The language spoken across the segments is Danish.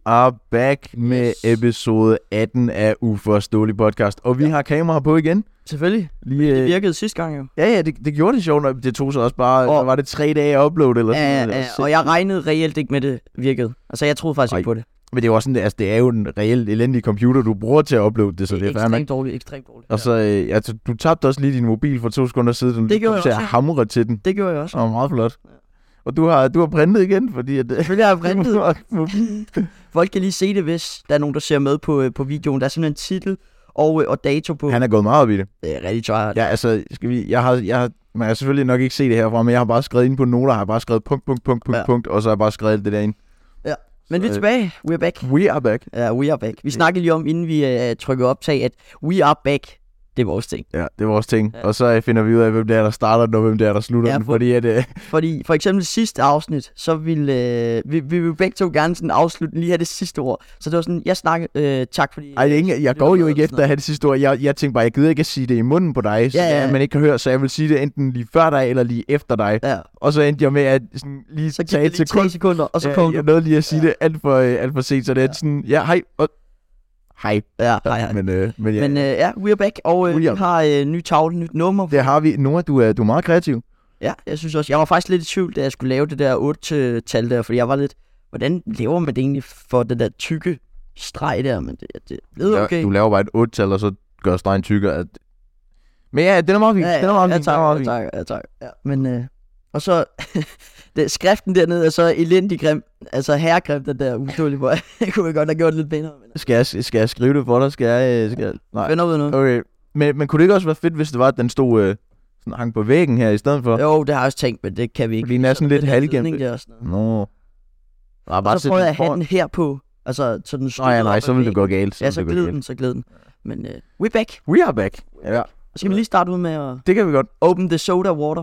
are back med episode 18 af Uforståelig Podcast. Og vi har kamera på igen. Selvfølgelig. Det virkede sidste gang jo. Ja, det gjorde det sjovt, og det tog så også bare, var det 3 dage at uploade eller sådan noget? Ja, og jeg regnede reelt ikke med det virkede. Altså, jeg troede faktisk ikke på det. Men det er jo også sådan, altså, det er jo en reelt elendig computer, du bruger til at uploade det, så det er ekstremt dårligt. Og så, du tabte også lige din mobil for 2 sekunder siden. Det gjorde jeg også, til at hamre til den. Det gjorde jeg også. Det var meget flot. Ja. Og du har printet igen, fordi at... Selvfølgelig har jeg printet. Folk kan lige se det, hvis der er nogen, der ser med på videoen. Der er simpelthen en titel og dato på. Han er gået meget op i det. Det er rigtig tryhard. Ja, altså, man har selvfølgelig nok ikke se det herfra, men jeg har bare skrevet ind på noter, har bare skrevet punkt, og så har jeg bare skrevet det derinde. Ja, men vi er tilbage. We are back. We are back. Ja, we are back. Vi snakkede lige om, inden vi trykkede optag, at we are back. Det er vores ting. Ja, det er vores ting. Ja. Og så finder vi ud af, hvem det er, der starter den, og hvem det er, der slutter den. Fordi for eksempel sidste afsnit, så ville vi vil begge to gerne sådan afslutte lige have det sidste ord. Så det var sådan, jeg snakkede, tak fordi... Jeg går jo ikke efter at have det sidste ord. Jeg tænkte bare, jeg gider ikke at sige det i munden på dig, så man ikke kan høre, så jeg vil sige det enten lige før dig, eller lige efter dig. Ja. Og så endte jeg med at sådan, lige så tage 3 sekunder, og så kom jeg nåede lige at sige det alt for sent, så det er sådan, hej, hej. Ja, hej. Men we are back, og vi har ny tavle, nyt nummer. Det har vi. Nora, du er meget kreativ. Ja, jeg synes også. Jeg var faktisk lidt i tvivl, da jeg skulle lave det der 8-tal der, fordi jeg var lidt, hvordan laver man det egentlig for det der tykke streg der, men det er okay. Du laver bare et 8-tal, og så gør stregen tykkere. Men ja, den er meget fint. Ja, tak. Ja, men... Og så, skriften dernede er så elendig grim. Altså herregrim, den der uforståelige på. Jeg kunne godt have gjort det lidt pænere. Skal jeg skrive det for dig? Nej. Find ud af noget. Okay. Men kunne det ikke også være fedt, hvis det var, at den stod sådan hang på væggen her i stedet for? Jo, det har jeg også tænkt, men det kan vi ikke. Fordi den er sådan lidt halvgemt. Nå. Og så prøvede jeg at have den her på. Altså, så den stod nej, så ville det gå galt. Ja, så gled den. Men we're back. We are back. Ja. Skal vi lige starte ud med at... Det kan vi godt. Open the soda water.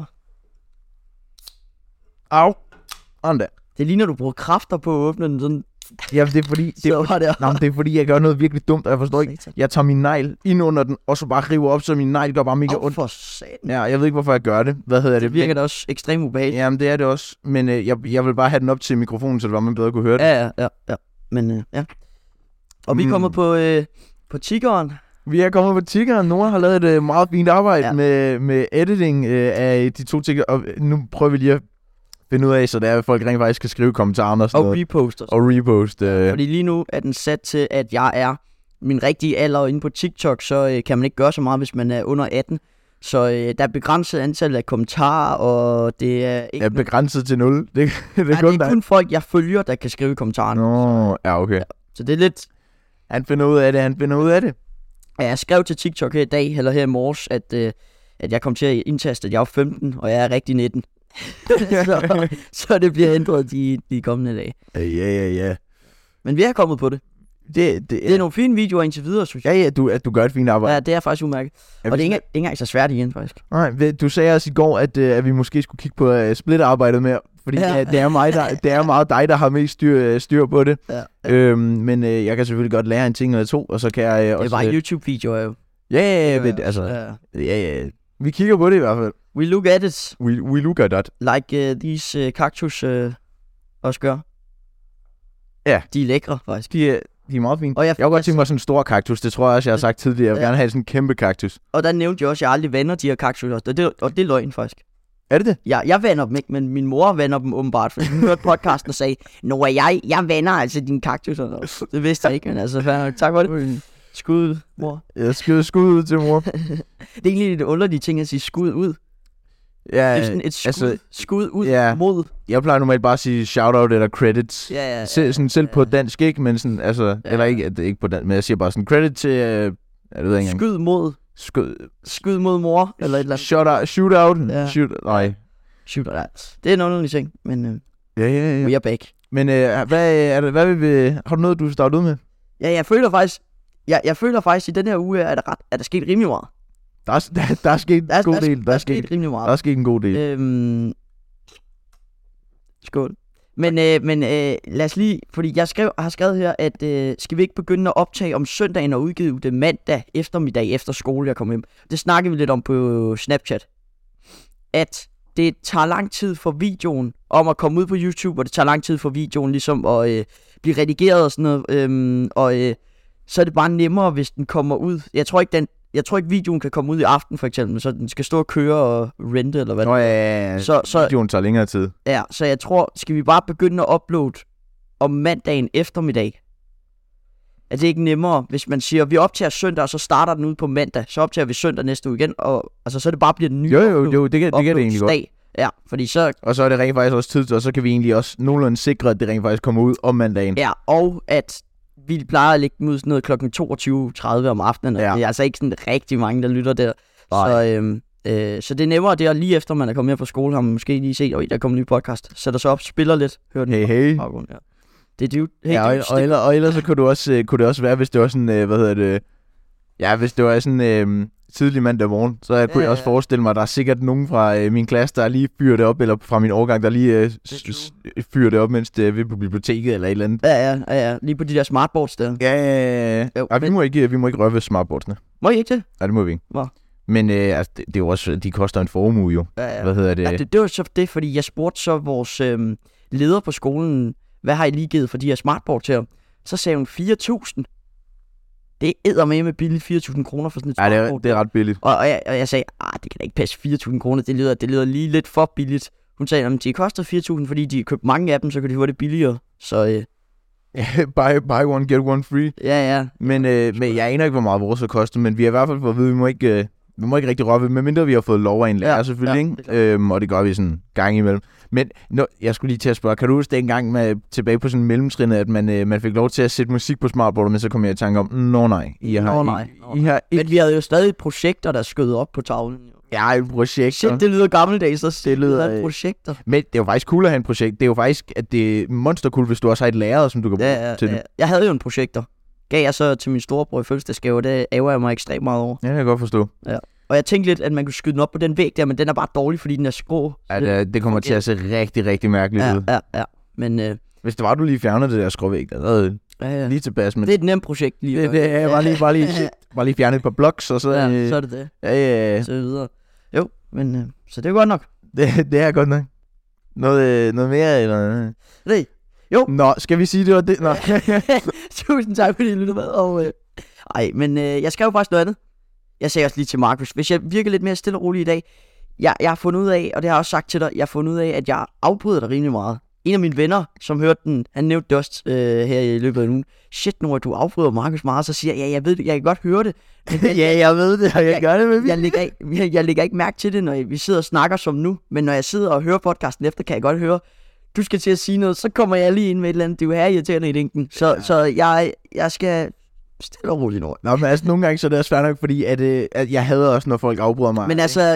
Au. On der. Det ligner, du bruger kræfter på at åbne den sådan. Ja, det er fordi... det er fordi, jeg gør noget virkelig dumt, og jeg forstår ikke. Jeg tager min negl ind under den, og så bare river op, så min negl gør bare mega ondt. For satan. Ja, jeg ved ikke, hvorfor jeg gør det. Hvad hedder det? Det virker da også ekstremt ubehageligt. Jamen, det er det også. Men jeg vil bare have den op til mikrofonen, så det var, man bedre kunne høre det. Ja. Men ja. Og vi er kommet på tiggeren. Vi er kommet på tiggeren. Nora har lavet et meget fint arbejde med editing af de 2 tigger. Og nu prøver vi lige at finde ud af, så det er, at folk rent faktisk kan skrive kommentarer og sådan noget. Og repost. Fordi lige nu er den sat til, at jeg er min rigtige alder inde på TikTok, så kan man ikke gøre så meget, hvis man er under 18. Så der er begrænset antal af kommentarer, og det er ikke... Er begrænset til 0? Det er kun folk, jeg følger, der kan skrive kommentarerne. Ja, okay. Ja, så det er lidt... Han finder ud af det. Ja, jeg skrev til TikTok her i dag, eller her i morges, at jeg kom til at indtaste, at jeg er 15, og jeg er rigtig 19. så det bliver ændret de kommende dage. Ja. Men vi er kommet på det. Det er nogle fine videoer indtil videre, synes jeg. Ja, du gør et fint arbejde. Ja, det er faktisk udmærket. Og det er ikke engang så svært igen, faktisk. Nej, du sagde også i går, at vi måske skulle kigge på splitterarbejdet mere. Fordi det er meget dig, der har mest styr på det. Ja. Men jeg kan selvfølgelig godt lære en ting eller 2, og så kan jeg også... Det er bare YouTube-videoer jo. Ja. Vi kigger på det i hvert fald. We look at it. We look at that. Like these cactus også gør. Ja. De er lækre, faktisk. De er meget fine. Og jeg kunne godt tænke mig sådan en stor kaktus. Det tror jeg også, jeg har sagt tidligere. Jeg vil gerne have sådan en kæmpe kaktus. Og der nævnte jeg også, at jeg aldrig vander de her kaktus også. Og det er løgn, faktisk. Er det det? Ja, jeg vander dem ikke, men min mor vander dem åbenbart. For hun hørte podcasten og sagde, jeg vander altså dine kaktus. Det vidste jeg ikke, men altså, tak for det. Skud, mor. Ja, skud ud til mor. Det er egentlig lidt underlige ting at sige skud ud. Ja, det er sådan et skud ud mod. Jeg plejer normalt bare at sige shout-out eller credits. Ja. Selv på dansk, ikke? Men sådan, altså, eller ikke på dansk, men jeg siger bare sådan credit til, jeg ved ikke engang. Skud mod mor, eller et eller andet. Shootout. Ja. Shootout, ja. Det er en underlig ting, men ja. We are back. Men har du noget, du starter ud med? Ja, jeg føler faktisk, i den her uge er der sket rimelig meget. Der er sket en god del. Der er sket rimelig meget. Der er sket en god del. Skål. Men lad os lige, fordi jeg har skrevet her, at skal vi ikke begynde at optage om søndagen og udgive det mandag eftermiddag efter skole, jeg kom hjem. Det snakkede vi lidt om på Snapchat. At det tager lang tid for videoen om at komme ud på YouTube, og det tager lang tid for videoen ligesom at blive redigeret og sådan noget. Så er det bare nemmere, hvis den kommer ud. Jeg tror ikke videoen kan komme ud i aften for eksempel, så den skal stå og køre og rente eller hvad. Ja. Så videoen tager længere tid. Ja, så jeg tror, skal vi bare begynde at uploade om mandagen eftermiddag? Er det ikke nemmere, hvis man siger, vi optager søndag, og så starter den ud på mandag, så optager vi søndag næste uge igen, og altså, så er det bare bliver den nye Jo, det kan det egentlig godt. Ja, fordi så... Og så er det rent faktisk også tid, og så kan vi egentlig også nogenlunde sikre, at det rent faktisk kommer ud om mandagen. Ja, og at vi plejer at lægge dem ud sådan noget klokken 22.30 om aftenen, og det er altså ikke sådan rigtig mange, der lytter der. Så det er nemmere der, lige efter man er kommet her på skole, har man måske lige set, der kommer en ny podcast, sætter sig op, spiller lidt, hører den. Hey. Ja. Det er dude. Hey, ja, og ellers så kunne det også være, hvis det var sådan, hvis det var sådan tidlig mandag morgen, så kunne jeg også forestille mig, at der er sikkert nogen fra min klasse, der lige fyrer det op, eller fra min årgang, der lige fyrer det op, mens det er ved på biblioteket eller et eller andet. Ja, lige på de der smartboards der. Ja. Ja, vi må ikke røre ved smartboardsene. Må I ikke det? Nej, det må vi ikke. Hvor? Men det er jo også, de koster en formue jo. Ja. Hvad hedder det? Ja, det var så det, fordi jeg spurgte så vores leder på skolen, hvad har I lige givet for de her smartboards her? Så sagde hun 4.000. Det er eddermame billigt, 4.000 kroner for sådan et smartboard. Ja, det er ret billigt. Og jeg sagde, det kan da ikke passe 4.000 kroner, det lyder lige lidt for billigt. Hun sagde, at de koster 4.000, fordi de købte mange af dem, så kan de få det billigere. Så buy one, get one free. Ja. Men jeg aner ikke, hvor meget vores har kostet, men vi har i hvert fald fået at vide, vi må ikke rigtig røre ved, medmindre vi har fået lov af en lærer, selvfølgelig, ikke? Og det gør vi sådan gang imellem. Men jeg skulle lige til at spørge, kan du huske dengang med tilbage på sådan mellemtrinnet, at man fik lov til at sætte musik på smartboardet, men så kom jeg i tanke om, nej. I har ikke... Men vi havde jo stadig projekter, der skød op på tavlen. Ja, projekter. Shit, det lyder gammeldags, så det lyder projekter. Men det er jo faktisk cool at have en projekt. Det er jo faktisk, at det er monstercool, hvis du også har et lærer, som du kan bruge til det. Jeg havde jo en projekter. Gav jeg så til min storebror i fødselsdagsgave, det ærger jeg mig ekstremt meget over. Ja, det kan jeg godt forstå. Ja. Og jeg tænkte lidt, at man kunne skyde den op på den væg der, men den er bare dårlig, fordi den er skrå. Ja, det kommer til at se rigtig, rigtig mærkeligt ud. Ja. Men hvis det var, du lige fjernede det der skråvæg, der havde lige tilpas. Men det er et nemt projekt lige. Det er bare lige fjerne et par blocks, og så... så er det det. Ja. Så videre. Jo, men så det er godt nok. Det er godt nok. Noget mere, eller... Nej. Jo. Nå, skal vi sige, det var det? Nå. Tusind tak, fordi I lyttede med. Men jeg skrev faktisk noget andet. Jeg sagde også lige til Markus, hvis jeg virker lidt mere stille og rolig i dag, jeg har fundet ud af, og det har jeg også sagt til dig, jeg har fundet ud af, at jeg afbryder dig rimelig meget. En af mine venner, som hørte den, han nævnte det også her i løbet af ugen. Shit, når du afbryder Markus meget, så siger jeg, jeg ved det, jeg kan godt høre det. Ja, jeg ved det, og jeg gør det med jeg lægger ikke mærke til det, når vi sidder og snakker som nu, men når jeg sidder og hører podcasten efter, kan jeg godt høre, du skal til at sige noget, så kommer jeg lige ind med et eller andet, det er jo her irriterende i længden. Så jeg skal... stille og roligt over. Nå, men altså nogle gange så er det også svært nok, fordi at jeg hader også, når folk afbryder mig. Men altså,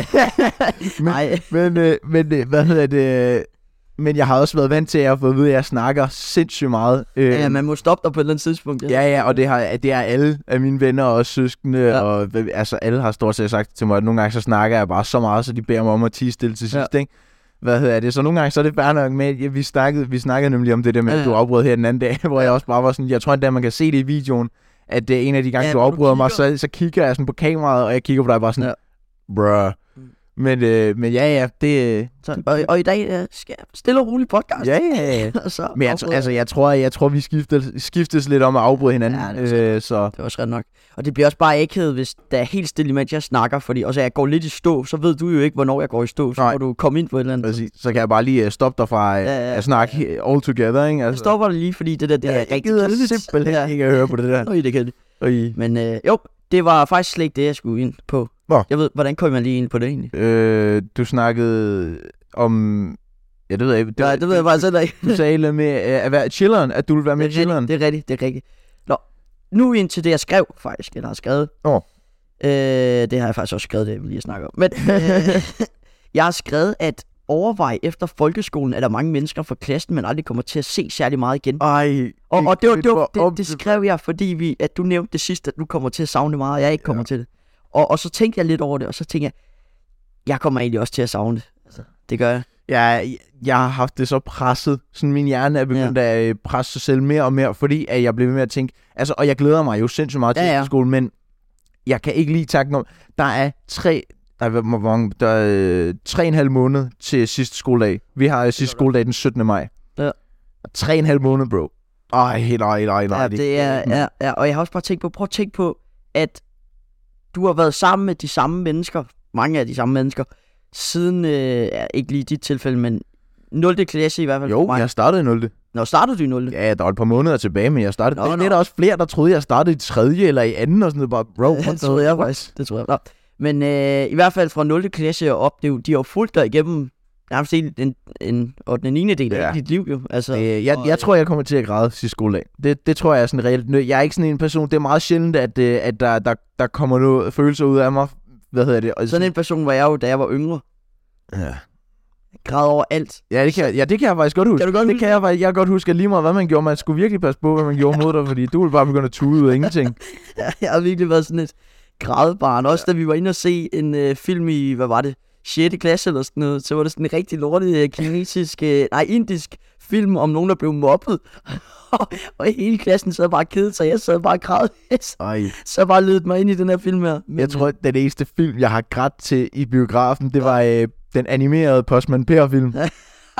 men hvad hedder det? Men jeg har også været vant til, at jeg har fået at vide, at jeg snakker sindssygt meget. Ja, man må stoppe dig på et eller andet tidspunkt. Ja, og det er alle af mine venner og søskende, og altså alle har stort set sagt til mig, at nogle gange så snakker jeg bare så meget, så de beder mig om at tie stille til sidst, ikke? Hvad hedder det? Så nogle gange så er det bare nok med, vi snakkede nemlig om det der med, at du afbrød her den anden dag, hvor jeg også bare var sådan, jeg tror endda, man kan se det i videoen, at det er en af de gange, du afbryder mig, så kigger jeg sådan på kameraet, og jeg kigger på dig bare sådan, bruh. Men ja, det... Og i dag skal jeg stille og roligt podcast. Ja. Men jeg tror vi skiftes lidt om at afbryde hinanden. Ja, det er også ret nok. Og det bliver også bare ægget, hvis der er helt stille, mens jeg snakker, fordi også jeg går lidt i stå, så ved du jo ikke, hvornår jeg går i stå, så må du komme ind på et eller andet. Præcis. Så kan jeg bare lige stoppe dig fra at snakke all together, ikke? Altså. Jeg stopper det lige, fordi det er rigtig kedeligt. Simpelthen ikke at høre på det der. Det kan det. Men det var faktisk slet ikke det, jeg skulle ind på. Jeg ved, hvordan kom man lige ind på det egentlig? Du snakkede om... Ja, det ved jeg ikke. Det ved jeg bare selv ikke. Du sagde lidt med at være chilleren, at du vil være med chilleren. Det er rigtigt. Nå, nu ind til det, jeg skrev faktisk, eller har skrevet. Det har jeg faktisk også skrevet, det jeg vil lige snakke om. Men jeg har skrevet, at overvej efter folkeskolen, at der er mange mennesker fra klassen, man aldrig kommer til at se særlig meget igen. Og det skrev jeg, fordi at du nævnte det sidste, at du kommer til at savne meget, og jeg ikke kommer til det. Og så tænkte jeg lidt over det, og så tænkte jeg kommer egentlig også til at savne det. Altså, det gør jeg. Jeg har haft det så presset. Sådan min hjerne er begyndt at presse sig selv mere og mere, fordi at jeg blev ved med at tænke, altså, og jeg glæder mig jo sindssygt meget til skolen, men jeg kan ikke lige takke noget. Der er Nej, hvor mange? Der er 3,5 måned til sidste skoledag. Vi har sidste skoledag den 17. maj. Ja. 3,5 måned, bro. Nej. Ja, det er, ja, og jeg har også bare prøv at tænke på, at du har været sammen med de samme mennesker, mange af de samme mennesker, siden, ikke lige i dit tilfælde, men 0. klasse i hvert fald. Jo, jeg startede i 0. Nå, startede du i 0? Ja, der var et par måneder tilbage, men jeg startede. Det er der også flere, der troede, jeg startede i 3. eller i 2. og sådan noget. Bare, bro, det troede jeg faktisk. Det tror jeg. Nå. Men i hvert fald fra 0. klasse og op, de har jo fulgt dig igennem nærmest en 8. og 9. del af dit liv, jo. Altså, jeg tror, jeg kommer til at græde sidste skoledag. Det tror jeg er sådan reelt. Jeg er ikke sådan en person. Det er meget sjældent, at der kommer noget følelser ud af mig. Hvad hedder det? Sådan en person var jeg jo, da jeg var yngre. Ja. Græd over alt. Ja, det kan jeg faktisk godt huske. Jeg kan godt huske, at lige meget hvad man gjorde, man skulle virkelig passe på, hvad man gjorde mod dig, fordi du ville bare begynde at tude ud af ingenting. Jeg har virkelig været sådan et grædebarn. Også da vi var inde og se en film i, hvad var det, 6. klasse eller sådan noget, så var det sådan en rigtig lortet indisk film om nogen, der blev mobbet. Og hele klassen sad bare kedet, så jeg sad bare og græd. Så bare ledet mig ind i den her film her. Men, jeg tror, at den eneste film, jeg har grædt til i biografen, det var den animerede Postman Per-film. Er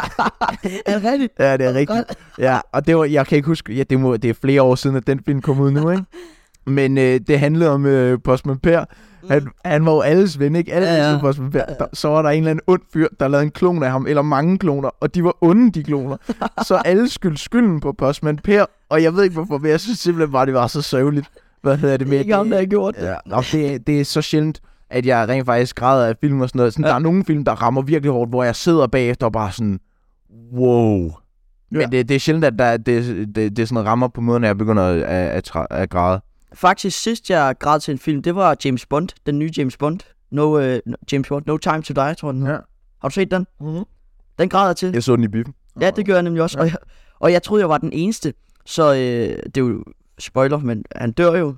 det rigtigt? Ja, det er rigtigt. Ja, og det var, jeg kan ikke huske, det er flere år siden, at den film kom ud nu, ikke? Men det handlede om Postman Per. Han var jo alles ven, ikke? Alle Postman Per. Så var der en eller anden ond fyr, der lavede en klon af ham, eller mange kloner, og de var onde, de kloner. Så alle skylden på Postman Per, og jeg ved ikke hvorfor, men jeg synes simpelthen bare, det var så sørgeligt. Hvad hedder det med? Ikke ham, der har gjort det. Ja, det er så sjældent, at jeg rent faktisk græder af film og sådan noget. Sådan, der er nogle film, der rammer virkelig hårdt, hvor jeg sidder bagefter og bare sådan, wow. Men det er sjældent, at det sådan rammer på måden, at jeg begynder at græde. Faktisk sidst jeg græd til en film, det var James Bond, den nye James Bond. James Bond, No Time to Die, tror jeg den. Ja. Har du set den? Mm-hmm. Den græder jeg til. Jeg så den i biffen. Ja, det gør jeg nemlig også. Ja. Og jeg troede, jeg var den eneste. Så det er jo spoiler, men han dør jo.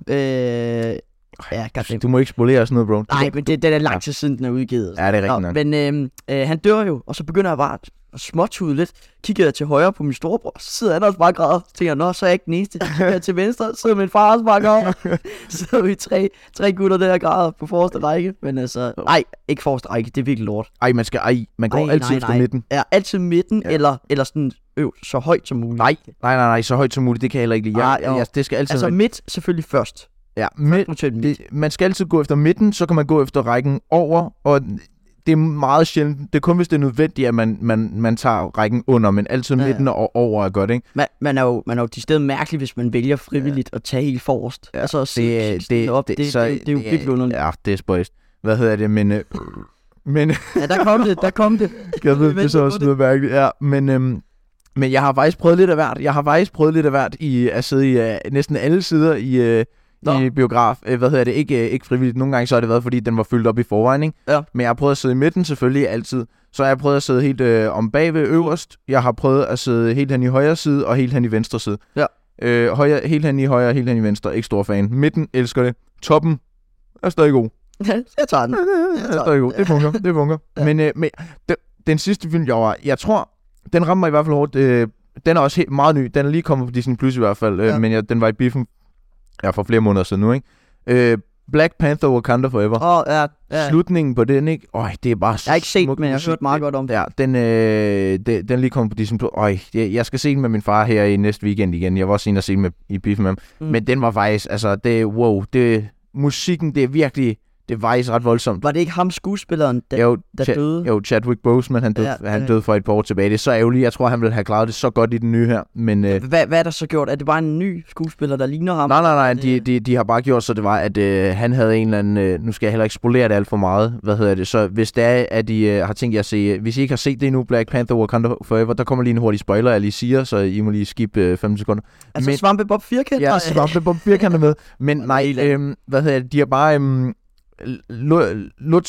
Du må ikke spolere sådan noget, bro. Nej, men det er lang tid siden, den er udgivet. Ja, det er rigtigt nok. Men han dør jo, og så begynder jeg bare at småtude lidt. Kigger jeg til højre på min storebror, så sidder han også bare og græder. Så tænker jeg, nå, så er jeg ikke den eneste. Kigger jeg til venstre, så sidder min far også bare og græder. Så er vi tre gutter der græder på forreste række. Men altså, nej, ikke forreste række, det er virkelig lort. Man går altid efter midten. Ja, altid midten, eller sådan så højt som muligt. Nej, så højt som muligt, det kan jeg heller ikke lide. Det skal altid altså midt selvfølgelig først. Ja, man skal altid gå efter midten, så kan man gå efter rækken over, og det er meget sjældent. Det er kun, hvis det er nødvendigt, at man tager rækken under, men altid midten og over er godt, ikke? Man er jo de steder mærkeligt, hvis man vælger frivilligt at tage helt forrest. Ja, altså, det er jo virkelig underligt. Ja, det er spøjst. Hvad hedder det, men... ja, der kom det. Jeg ved, det er så også noget mærkeligt. Ja, men jeg har faktisk prøvet lidt af hvert. I at sidde i næsten alle sider i biograf. Ikke frivilligt. Nogle gange så har det været, fordi den var fyldt op i forvejen, ikke? Ja. Men jeg har prøvet at sidde i midten selvfølgelig altid. Så jeg har prøvet at sidde helt om bagved øverst. Jeg har prøvet at sidde helt hen i højre side og helt hen i venstre side. Ja. Helt hen i højre og helt hen i venstre. Ikke stor fan. Midten elsker det. Toppen er stadig god. Jeg tager den. Det fungerer. Ja. Men den sidste film, jeg tror, den rammer mig i hvert fald hårdt. Den er også meget ny. Den er lige kommet på Disney Plus i hvert fald. Men den var i biffen for flere måneder siden nu, ikke? Black Panther Wakanda Forever. Ja. Slutningen på den, ikke? Det er bare... Jeg har ikke set den, men jeg har hørt meget godt om det. Ja, den er lige kommet på Disney Plus. Jeg skal se den med min far her i næste weekend igen. Jeg var også inde og se den i biffen med ham. Men den var faktisk, altså, musikken, det er virkelig... Det var faktisk ret voldsomt. Var det ikke ham skuespilleren, der døde? Jo, Chadwick Boseman, han døde for et par år tilbage. Det er så ærgerligt. Jeg tror, han ville have klaret det så godt i den nye her. Men, hvad er der så gjort? Er det bare en ny skuespiller, der ligner ham? Nej. De har bare gjort så, det var, at han havde en eller anden... nu skal jeg heller ikke spolere det alt for meget. Så hvis det er, at de har tænkt jer at se... Hvis I ikke har set det endnu, Black Panther Wakanda Forever, der kommer lige en hurtig spoiler, jeg lige siger, så I må lige skippe 15 sekunder. Altså Svampebob Firkant? Ja, Svampebob Firkant er med. Men nej, de har bare... Ladt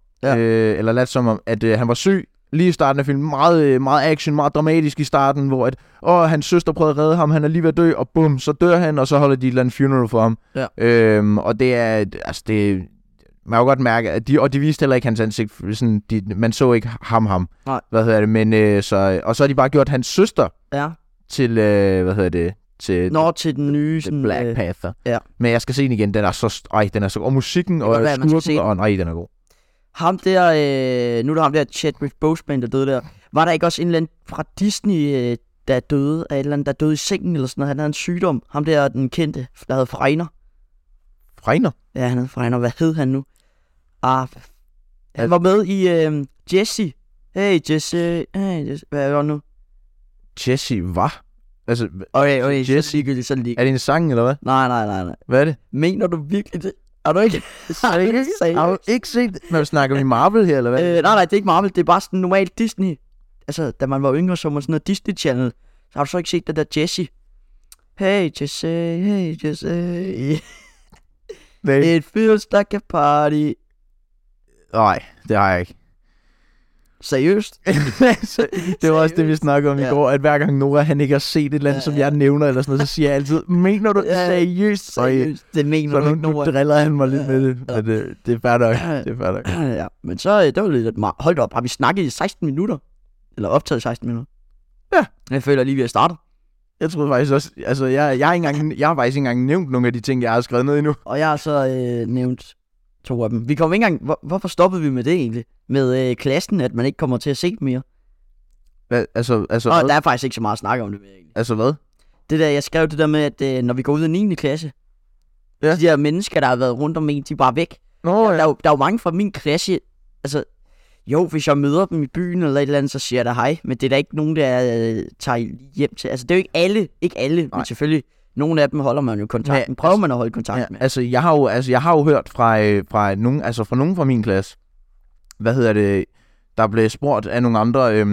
som om, at han var syg lige i starten af filmen. Meget, meget action, meget dramatisk i starten, hvor hans søster prøvede at redde ham, han er lige ved at dø, og bum, så dør han, og så holder de et eller andet funeral for ham. Ja. Og det er, altså det, man kan jo godt mærke, at de viste heller ikke hans ansigt, sådan, man så ikke ham. Nej. Men så har de bare gjort hans søster til, til den nye sådan, Black Panther. Ja. Men jeg skal se den igen. Den er så og musikken og skurken, og nej, den er god. Ham der, nu er der ham der Chadwick Boseman, der døde der. Var der ikke også en eller anden fra Disney, der døde, af et eller andet, der døde i sengen eller sådan noget? Han havde en sygdom. Ham der, den kendte, der hed Freiner. Freiner? Ja, han hed Freiner. Hvad hed han nu? Han var med i Jesse. Hey Jesse. Hvad var det nu? Jesse, hvad? Altså, okay, Jesse, sådan lige. er det en sang, eller hvad? Nej. Hvad er det? Mener du virkelig det? Har du ikke? Har du ikke set? Når snakker vi Marvel her, eller hvad? Nej, det er ikke Marvel. Det er bare sådan normalt Disney. Altså, da man var yngre, så var sådan noget Disney Channel. Så har du så ikke set det der Jesse? Hey Jesse. It feels like a party. Nej, det har jeg ikke. Seriøst? Det var også det, vi snakkede om i går, at hver gang Nora, han ikke har set et eller andet, som jeg nævner, eller sådan noget, så siger jeg altid, mener du seriøst? Det mener du ikke, Nora. Nu driller han mig lidt med det, men det er fair nok. Ja, men så, det var lidt meget. Hold da op, har vi snakket i 16 minutter? Eller optaget i 16 minutter? Ja. Jeg føler lige, vi har startet. Jeg troede faktisk også, altså jeg har faktisk ikke engang nævnt nogle af de ting, jeg har skrevet ned endnu. Og jeg har så nævnt 2 af dem. Vi kom ikke engang, hvorfor stoppede vi med det egentlig? Med klassen, at man ikke kommer til at se dem mere. Hvad? Altså der er faktisk ikke så meget at snakke om det med egentlig. Altså hvad? Det der, jeg skrev det der med, at når vi går ud af 9. klasse, de der mennesker, der har været rundt om en, de er bare væk. Nå, ja. Der er jo mange fra min klasse, altså, jo, hvis jeg møder dem i byen eller et eller andet, så siger jeg da hej, men det er da ikke nogen, der tager hjem til. Altså, det er jo ikke alle, men selvfølgelig, nogle af dem holder man jo kontakten. Prøver man at holde kontakt med. Altså, jeg har jo hørt fra nogen fra min klasse, der blev spurgt af nogle andre,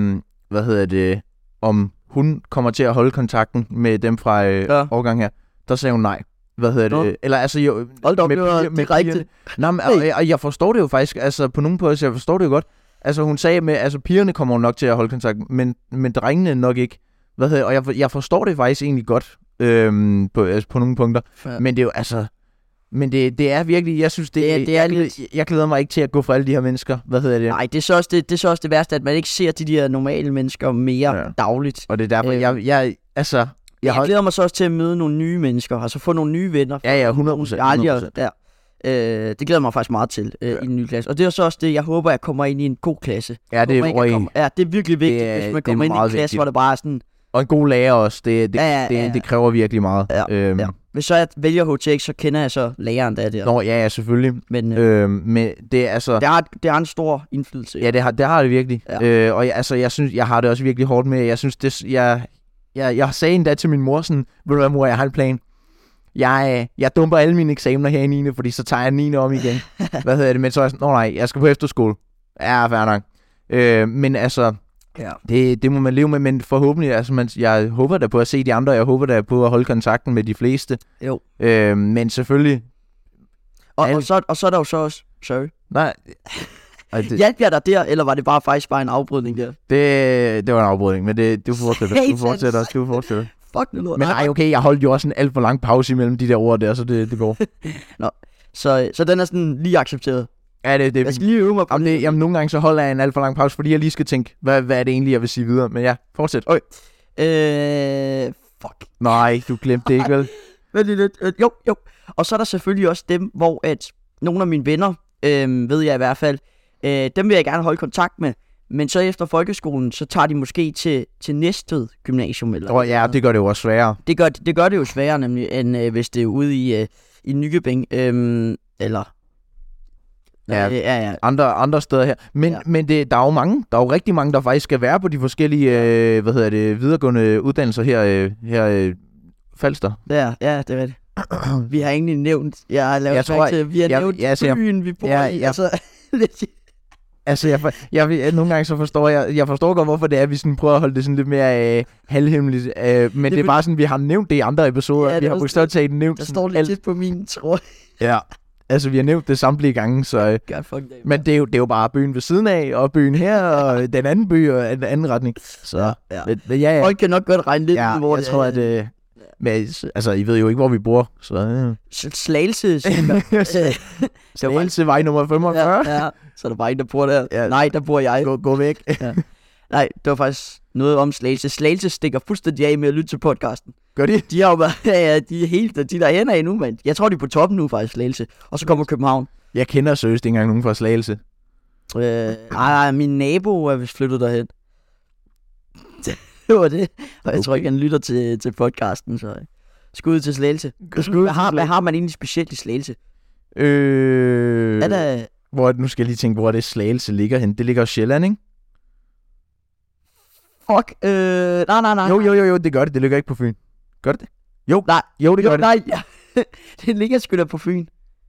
om hun kommer til at holde kontakten med dem fra årgang her. Der sagde hun nej. Eller altså jo... Hold da op, det var direkte. Og jeg forstår det jo faktisk, altså på nogle punkter, jeg forstår det jo godt. Altså hun sagde med, altså pigerne kommer nok til at holde kontakten, men drengene nok ikke. Og jeg forstår det faktisk egentlig godt på nogle punkter. Ja. Men det er jo altså... Men det er virkelig, jeg synes, jeg glæder mig ikke til at gå for alle de her mennesker. Nej, det er så også det værste, at man ikke ser de her normale mennesker mere dagligt. Og det er derfor, jeg glæder mig så også til at møde nogle nye mennesker, altså få nogle nye venner. Ja, 100%. Det glæder mig faktisk meget til i en ny klasse. Og det er så også det, jeg håber, jeg kommer ind i en god klasse. Ja, det er virkelig vigtigt, hvis man kommer ind i en klasse, hvor det bare er sådan... Og en god lærer også, det kræver virkelig meget. Ja. Hvis så jeg vælger HTX, så kender jeg så læreren der. Nå, ja, selvfølgelig. Men det er altså... Det har en stor indflydelse. Ja, det har det virkelig. Ja. Og jeg synes, jeg har det også virkelig hårdt med. Jeg synes, jeg sagde endda til min mor sådan, ved du hvad, mor, jeg har en plan. Jeg dumper alle mine eksamener her i 9. fordi så tager jeg 9. om igen. Men så er jeg sådan, nej, jeg skal på efterskole. Ja, fair nok. Men altså... Ja. Det må man leve med, men forhåbentlig, altså jeg håber da på at se de andre, jeg håber da på at holde kontakten med de fleste. Jo. Men selvfølgelig... Og så er der jo så også... Sorry. Nej. Hjalp jeg dig der, eller var det faktisk bare en afbrydning der? Det var en afbrydning, men du fortsætter. Du fortsætter. Fuck det lort. Men okay, jeg holdt jo også en alt for lang pause imellem de der ord der, så det går. Nå, så den er sådan lige accepteret. Ja, det. Jeg skal lige øve mig på det. Jamen, nogle gange så holder jeg en alt for lang pause, fordi jeg lige skal tænke, hvad er det egentlig, jeg vil sige videre. Men ja, fortsæt. Fuck. Nej, du glemte det ikke, vel? Vent lidt. Jo. Og så er der selvfølgelig også dem, hvor at nogle af mine venner, ved jeg i hvert fald, dem vil jeg gerne holde kontakt med. Men så efter folkeskolen, så tager de måske til Næstved Gymnasium. Eller ja, det gør det jo også sværere. Det gør det jo sværere, nemlig, end hvis det er ude i Nykøbing. Eller... Ja. Andre steder her. Men der er jo mange. Der er jo rigtig mange, der faktisk skal være på de forskellige videregående uddannelser her Falster. Ja, det er det. Vi har egentlig nævnt, vi har nævnt byen, vi bor i. Altså, nogle gange så forstår jeg forstår godt, hvorfor det er, at vi sådan prøver at holde det sådan lidt mere halvhemmeligt. Men det er bare sådan, vi har nævnt det i andre episoder. Ja, vi har bogstaveligt talt nævnt. Der står lidt tæt på min tråd. Ja. Altså, vi har nævnt det samtlige gange, så... Men det er jo bare byen ved siden af, og byen her, og den anden by, og den anden retning. Så, ja. Folk kan nok godt regne lidt ud, hvor jeg tror, at... Men, altså, I ved jo ikke, hvor vi bor, så... Slagelse. Slagelse, vej nummer 45. Ja, så er der bare en, der bor der. Ja. Nej, der bor jeg. Gå væk. Ja. Nej, det var faktisk noget om Slagelse. Slagelse stikker fuldstændig af med at lytte til podcasten. Gør de? De har jo været, de er helt, de der hænder endnu, mand. Jeg tror, de er på toppen nu faktisk, Slagelse. Og så kommer København. Jeg kender seriøst ikke engang nogen fra Slagelse. Min nabo er vist flyttet derhen. Det var det. Og jeg tror ikke, han lytter til podcasten, så skud til Slagelse. Hvad har man egentlig specielt i Slagelse? Nu skal jeg lige tænke, hvor det Slagelse ligger hen. Det ligger i Sjælland, ikke? Fuck. Nej. Jo, det gør det. Det ligger ikke på Fyn. Gør det? Jo, det gør det. Nej, det ligger sgu da på Fyn.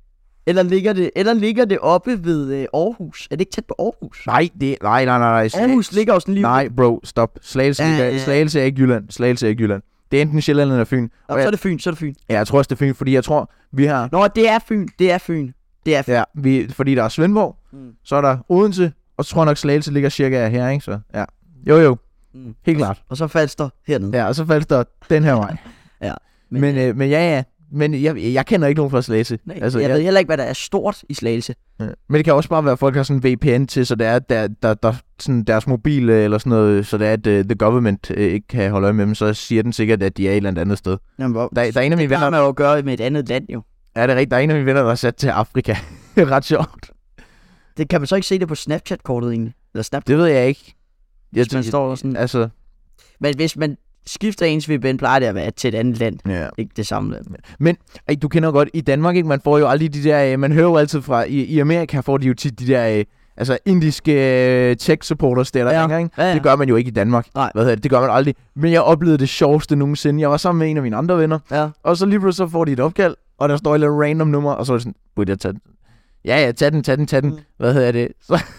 Eller ligger det oppe ved Aarhus? Er det ikke tæt på Aarhus? Nej. Aarhus ligger også lige... Nej, bro, stop. Slagelse er ikke Jylland. Det er enten Sjælland eller Fyn. Så er det Fyn. Ja, jeg tror også, det er Fyn, fordi jeg tror, vi har... Nå, det er Fyn. Ja, fordi der er Svendborg, så er der Odense, og så tror jeg nok, Slagelse ligger cirka her, ikke? Så, ja. Jo. Helt klart. Og så Falster hernede. Ja, og så Falster den her vej. Ja. Men ja. Men jeg kender ikke nogen fra Slagelse. Altså, jeg ved heller ikke, hvad der er stort i Slagelse. Ja. Men det kan også bare være, at folk har sådan en VPN til, så det er, der sådan deres mobil eller sådan noget, så det er, at the government ikke kan holde øje med dem, så siger den sikkert, at de er et eller andet sted. Jamen, der er en af mine venner... Det kan man jo gøre med et andet land, jo. Ja, det er rigtigt. Der er en af mine venner, der er sat til Afrika. Ret sjovt. Det kan man så ikke se det på Snapchat-kortet egentlig? Eller Snapchat? Det ved jeg ikke. Man står sådan... Altså... Men hvis man skifter ens VPN, plejer det at være til et andet land. Ja. Ikke det samme land. Men du kender jo godt, i Danmark, ikke? Man får jo aldrig de der... Man hører jo altid fra... I Amerika får de jo tit de der... Altså indiske tech-supporters der, ikke? Ja. Det gør man jo ikke i Danmark. Nej. Det gør man aldrig. Men jeg oplevede det sjoveste nogensinde. Jeg var sammen med en af mine andre venner. Og så lige pludselig så får de et opkald, og der står et eller random nummer, og så er det sådan, burde jeg tage den? Ja, tag den.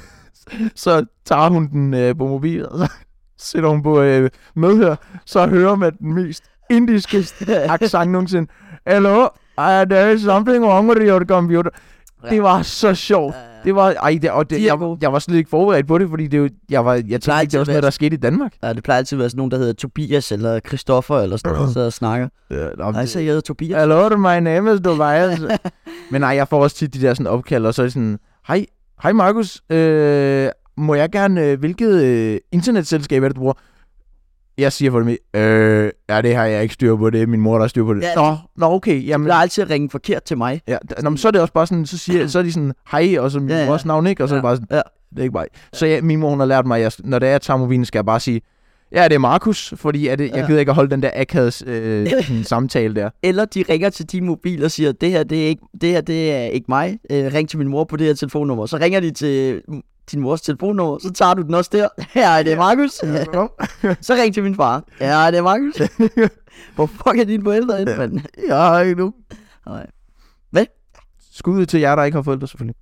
Så tager hun den på mobil, og så sætter hun på medhør, så hører man den mest indiske accent nogensinde. Hello, there is something wrong with your computer. Det var så sjovt. Det var, jeg var slet ikke forberedt på det, fordi det jo, jeg tænkte ikke, det var sådan noget, der skete i Danmark. Ja, det plejer altid at være sådan nogen, der hedder Tobias eller Christoffer eller sådan noget, så snakker. Så jeg hedder Tobias. Hello, my name is Tobias. Men nej, jeg får også tit de der sådan opkald, og så er det sådan, hej Markus, må jeg gerne, hvilket internetselskab er det, du bruger? Jeg siger for det med, det har jeg ikke styr på, det er min mor, der har styr på det. Ja, Nå, okay. Jamen, det er altid at ringe forkert til mig. Ja, så er det også bare sådan, så er de sådan, hej, og så min mors navn, ikke? Og så er det bare sådan, det er ikke bare. Så min mor, hun har lært mig, når jeg tager mobilen, skal jeg bare sige, ja, det er Markus, fordi jeg gider ikke at holde den der akavede samtale der. Eller de ringer til din mobil og siger, det her, det er ikke mig. Ring til min mor på det her telefonnummer. Så ringer de til din mors telefonnummer, så tager du den også der. Ja, det er Markus. Så ring til min far. Ja, det er Markus. Hvor fuck er dine forældre henne, mand? Jeg har ikke nu. Nej. Hvad? Skud til jer, der ikke har forældre, selvfølgelig.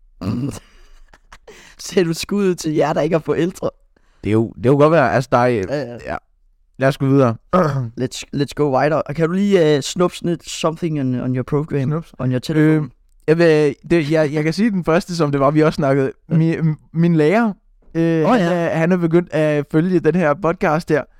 Ser du skud til jer, der ikke har forældre? Det er jo godt være, altså der er... Ja. Lad os gå videre. Let's go wider. Kan du lige snuppe something on your program? On your telephone? Jeg kan sige den første, som det var, vi også snakkede. Min lærer, han er begyndt at følge den her podcast her.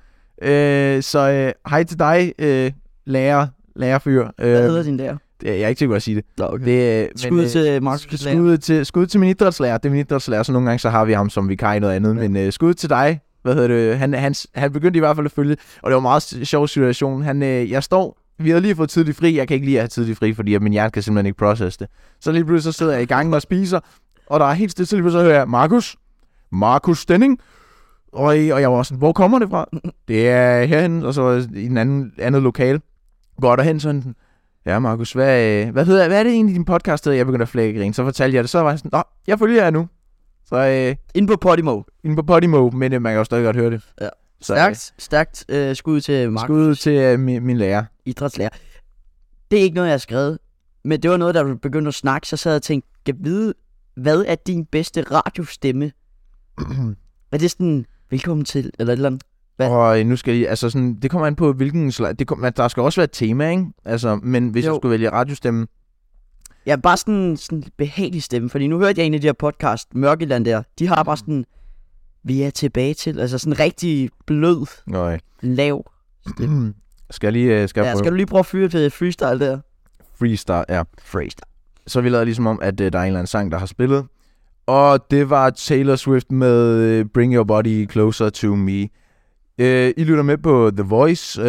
Så hej til dig, lærerfyr. Hvad hedder din lærer? Jeg er ikke sikker på at sige det. Nå, okay. Skud til Markus' lærer. Skud til min idrætslærer. Det er min idrætslærer, så nogle gange så har vi ham som vikar i noget andet. Ja. Men skud til dig. Han begyndte i hvert fald at følge, og det var en meget sjov situation. Vi havde lige fået tidlig fri. Jeg kan ikke lide at have tidlig fri, fordi min hjerne kan simpelthen ikke processe det. Så lige pludselig så sidder jeg i gang og spiser, og der er helt stille, så lige pludselig så hører jeg, Markus Stenning. Og jeg var sådan, hvor kommer det fra? Det er herhen, og så i en andet lokale. Går derhen sådan, ja Markus, hvad er det egentlig din podcast hedder? Jeg begyndte at flække grin. Så fortalte jeg det, så var jeg sådan, jeg følger jer nu. Så inde på Podimo. Men man kan jo stadig godt høre det. Ja. Stærkt skud til Markus. Skud til min lærer. Idrætslærer. Det er ikke noget, jeg har skrevet. Men det var noget, der du begyndte at snakke, så sad jeg og tænkte, kan vide, hvad er din bedste radiostemme? Er det sådan, velkommen til, eller et eller andet? Og nu skal jeg altså sådan, det kommer an på, hvilken slags, der skal også være et tema, ikke? Altså, men hvis jeg skulle vælge radiostemme. Ja, bare sådan behagelig stemme, fordi nu hørte jeg en af de her podcast, Mørkeland der, de har bare sådan, vi er tilbage til, altså sådan rigtig blød, lav stemme. Skal du lige prøve at fyre til freestyle der? Freestyle, ja. Freestyle. Så vi lavede ligesom om, at der er en eller anden sang, der har spillet. Og det var Taylor Swift med Bring Your Body Closer To Me. I lytter med på The Voice.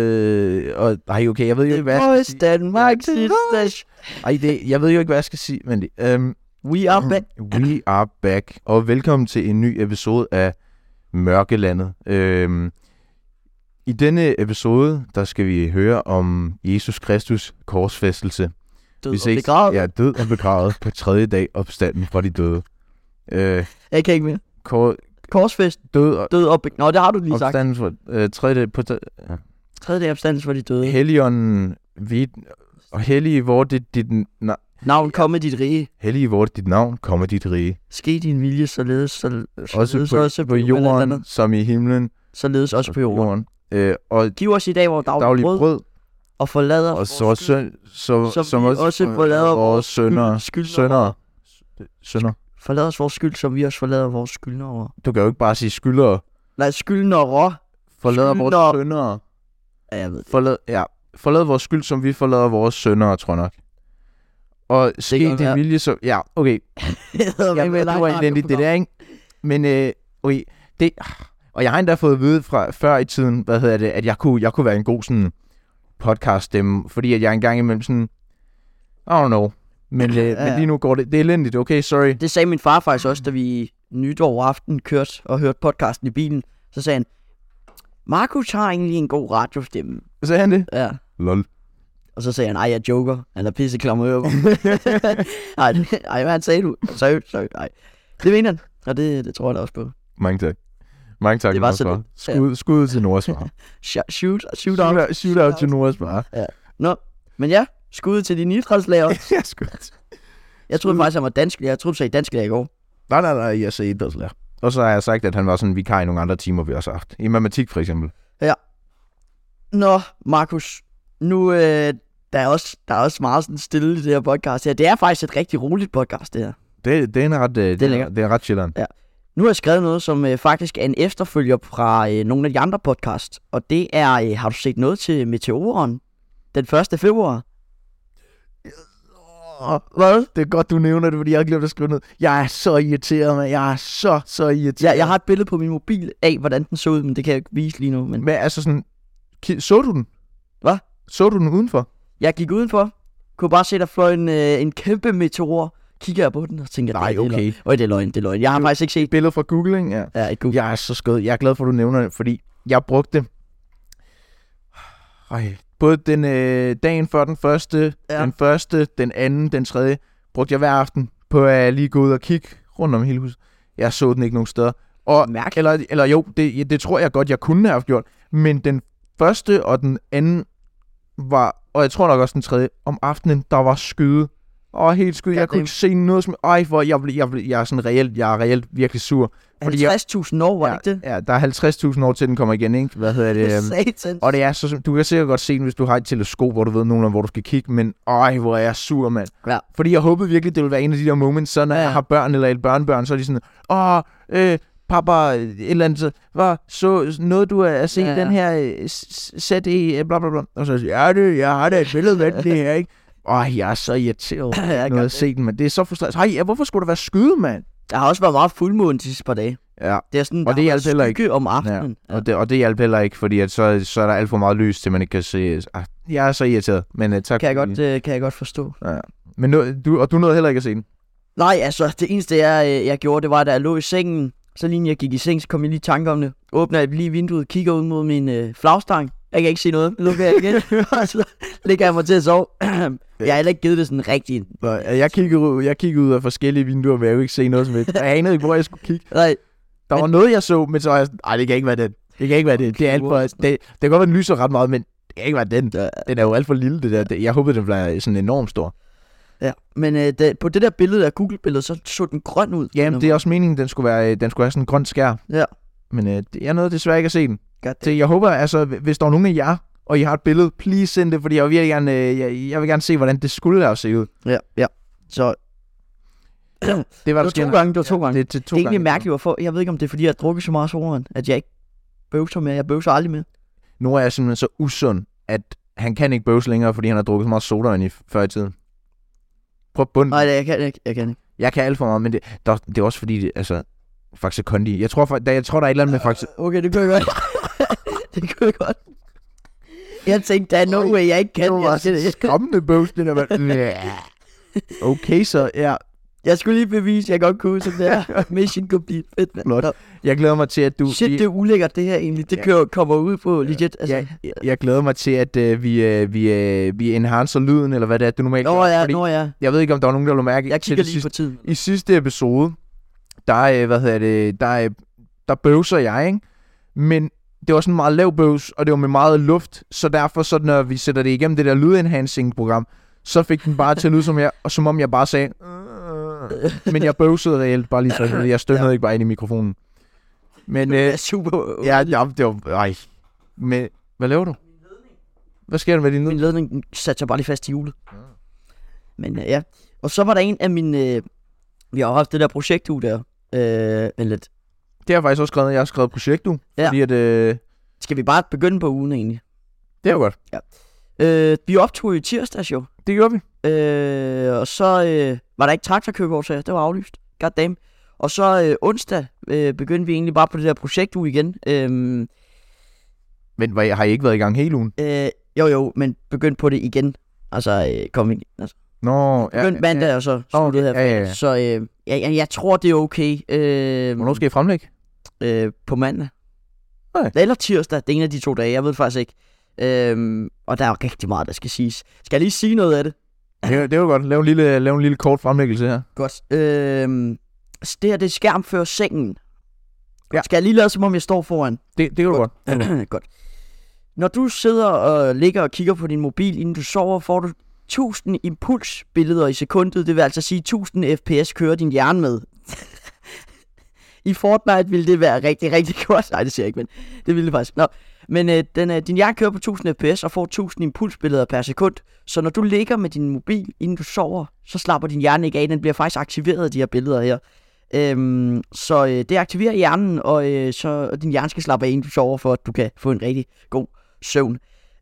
Og okay, jeg ved jo ikke, hvad jeg skal sige. Danmark, jeg ved jo ikke, hvad jeg skal sige. Men We are back. We are back. Og velkommen til en ny episode af Mørkelandet. I denne episode, der skal vi høre om Jesus Kristus korsfæstelse. Død og begravet. Ja, død og begravet på 3. dag opstanden fra de døde. Jeg kan ikke mere. Korsfest. Død og begravet. Nå, det har du lige sagt. Opstanden for 3. dag på... Ja. 3. dag opstanden for de døde. Helligånden, og hellige, hvor dit navn komme dit rige. Hellige, hvor dit navn kommer dit rige. Ske din vilje, således også på jorden, som i himlen. Således også på jorden. Og giv os i dag vores daglige brød. Og forlad os vores skyld, som vi også forlader vores syndere. Forlad os vores skyld, som vi også forlader vores skyldnere. Du kan jo ikke bare sige skyldere. Nej, skyldnere. Forlader vores syndere. Ja, jeg ved det. Forlad vores skyld, som vi forlader vores syndere, tror jeg nok. Og ske din vilje, så... Ja, okay. Det var elendigt, det der, ikke? Men, okay, det... Og jeg har endda fået at vide fra før i tiden, at jeg kunne være en god sådan podcast-stemme, fordi at jeg engang imellem sådan... I don't know. Men lige nu går det... Det er elendigt, okay, sorry. Det sagde min far faktisk også, da vi nytår aften kørte og hørte podcasten i bilen. Så sagde han, Markus har egentlig en god radiostemme. Sagde han det? Ja. Lol. Og så sagde han, ej, jeg joker. Han er pisseklam ører. Ej, hvad han sagde du? Seriøst, nej. Det mener han, og det tror jeg da også på. Mange tak. Mange tak, Nordsvar. Skud til Nordsvar. Shoot out til Nordsvar. Ja. Nå, men ja, skud til din idrætslærer. Ja, skud. Jeg troede faktisk, han var dansklærer. Jeg troede, du sagde dansklærer i går. Nej, jeg sagde idrætslærer. Og så har jeg sagt, at han var sådan en vikar i nogle andre timer, vi også har haft. I matematik, for eksempel. Ja. Nå, Markus. Nu, der er også meget sådan stille i det her podcast her. Det er faktisk et rigtig roligt podcast, det her. Det er ret chilleren. Ja. Nu har jeg skrevet noget, som faktisk er en efterfølger fra nogle af de andre podcasts. Og det er, har du set noget til Meteoren? Den 1. februar? Hvad? Det er godt, du nævner det, fordi jeg har glemt at skrive noget. Jeg er så irriteret, man. Jeg er så irriteret. Ja, jeg har et billede på min mobil af, hvordan den så ud, men det kan jeg ikke vise lige nu. Men altså sådan... Så du den? Hvad? Så du den udenfor? Jeg gik udenfor. Kunne bare se, der fløj en kæmpe meteor. Kigger jeg på den og tænker, nej, okay. Det er løgn. Jeg har faktisk ikke set billeder fra Google, ikke? Ja, ikke Google. Jeg er så skød. Jeg er glad for, at du nævner det, fordi jeg brugte både den dagen før den første, den første, den anden, den tredje, brugte jeg hver aften på at lige gå ud og kigge rundt om hele huset. Jeg så den ikke nogen steder. Og, eller jo, det tror jeg godt, jeg kunne have gjort. Men den første og den anden var, og jeg tror nok også den tredje, om aftenen, der var skyde. Helt skyde. Jeg kunne ikke se noget som... hvor jeg er sådan reelt virkelig sur. 50.000 år, var det ikke det? Ja, der er 50.000 år til den kommer igen, ikke? Hvad hedder det? Satans. Og det er så... Du kan sikkert godt se den, hvis du har et teleskop, hvor du ved nogenlunde, hvor du skal kigge, men hvor er jeg sur, mand. Ja. Fordi jeg håbede virkelig, det ville være en af de der moments, så når jeg har børn eller et børnebørn, så er de sådan... Pappa, et eller andet, så noget du har set den her sæt i, bla bla bla. Og så siger jeg har da et billede med det her, ikke? Jeg er så irriteret, når jeg ser den, men det er så frustrerende. Hvorfor skulle der være skyde, mand? Der har også været meget fuldmåne de sidste par dage. Ja, det er sådan, og det hjalp heller ikke om aftenen. Ja. Og det hjalp heller ikke, fordi at så er der alt for meget lys, til man ikke kan se. Jeg er så irriteret, men tak. Kan jeg godt forstå. Ja. Men du nåede heller ikke at se den? Nej, altså det eneste jeg gjorde, det var, da jeg lå i sengen, så lige jeg gik i seng, så kom jeg lige i tanke om det. Åbner jeg lige vinduet, kigger ud mod min flagstang. Jeg kan ikke se noget. Lukker jeg igen, og så ligger jeg mig til at sove. Jeg har heller ikke givet det sådan rigtigt. Jeg kiggede ud af forskellige vinduer, men jeg kunne ikke se noget som helst. Jeg anede ikke, hvor jeg skulle kigge. Nej. Der var noget, jeg så, men så var jeg sådan, det kan ikke være den. Det kan ikke være det. Det er alt for... Det kan godt være, den lyser ret meget, men det kan ikke være den. Den er jo alt for lille, det der. Jeg håbede, den blev sådan enormt stor. Ja, men på det der billede af Google-billedet, så den grøn ud. Jamen, det er også meningen, den skulle have sådan en grøn skær. Ja. Men jeg nåede desværre ikke at se den. Så jeg håber, altså, hvis der er nogen af jer, og I har et billede, please send det, fordi jeg vil gerne se, hvordan det skulle have set ud. Ja. Så det var 2 gange. Det er egentlig gange. mærkeligt, hvorfor. Jeg ved ikke, om det er, fordi jeg har drukket så meget sodavand, at jeg ikke bøvser mere. Jeg bøvser aldrig mere. Nu er jeg simpelthen så usund, at han kan ikke bøvse længere, fordi han har drukket så meget sodavand før i tiden. Prøv bunden. Nej, jeg kan ikke. Jeg kan alt for meget, men det er også fordi, Faxe Kondi. Jeg tror, der er et eller andet med Faxe... Okay, det kunne jeg godt. Det kunne jeg godt. Jeg tænkte, der er no way, jeg ikke kan. Det var skræmmende bøvs, det der. Okay, så ja. Jeg skulle lige bevise, at jeg godt kunne, som det er. Mission complete. Fedt, Flot. Jeg glæder mig til, at du... Shit, det er ulækkert, det her egentlig. Det kommer ud på legit. Altså. Jeg glæder mig til, at vi enhancer lyden, eller hvad det er, du normalt gør. Jeg ved ikke, om der var nogen, der ville mærke... Jeg kigger lige på tiden. I sidste episode, der bøvser jeg, ikke? Men det var sådan en meget lav bøvs, og det var med meget luft, så derfor, så når vi sætter det igennem det der lyd-enhancing-program, så fik den bare til at lyde som om jeg bare sagde... Men jeg bøvsede reelt bare lige så. Jeg stønnede ikke bare ind i mikrofonen. Men det er super. Ja, det var... Ej. Men hvad laver du? Hvad sker der med din ledning? Min ledning satte sig bare lige fast i hjulet. Men ja. Og så var der en af mine... vi har haft det der projektuge der. Lidt. Det har jeg faktisk også skrevet. Jeg har skrevet projektuge. Ja. Fordi at... Skal vi bare begynde på ugen egentlig? Det er jo godt. Ja. Vi optog i tirsdags jo. Det gjorde vi. Og så var der ikke traktorkøbeårsager. Det var aflyst. Goddamn. Og så onsdag begyndte vi egentlig bare på det der projektuge igen. Men har I ikke været i gang hele ugen? Jo, men begyndte på det igen. Altså, kom ind. Altså. Begyndte mandag, og så sluttede her. Ja. Så jeg tror, det er okay. Hvornår skal I fremlægge? På mandag. Okay. Eller tirsdag. Det er en af de 2 dage. Jeg ved faktisk ikke. Og der er rigtig meget, der skal siges. Skal jeg lige sige noget af det? Det er jo godt. Lav en lille kort fremlæggelse her. Godt. Det her, det er skærm før sengen. Ja. Skal jeg lige lade, som om jeg står foran? Det kan du godt. Godt. Når du sidder og ligger og kigger på din mobil, inden du sover, får du 1000 impulsbilleder i sekundet. Det vil altså sige 1000 fps kører din hjerne med. I Fortnite ville det være rigtig, rigtig godt. Nej, det siger jeg ikke, men det ville det faktisk. Nå. Men din hjerne kører på 1000 fps og får 1000 impulsbilleder per sekund. Så når du ligger med din mobil, inden du sover, så slapper din hjerne ikke af. Den bliver faktisk aktiveret af de her billeder her. Så det aktiverer hjernen, og så din hjerne skal slappe af, inden du sover, for at du kan få en rigtig god søvn.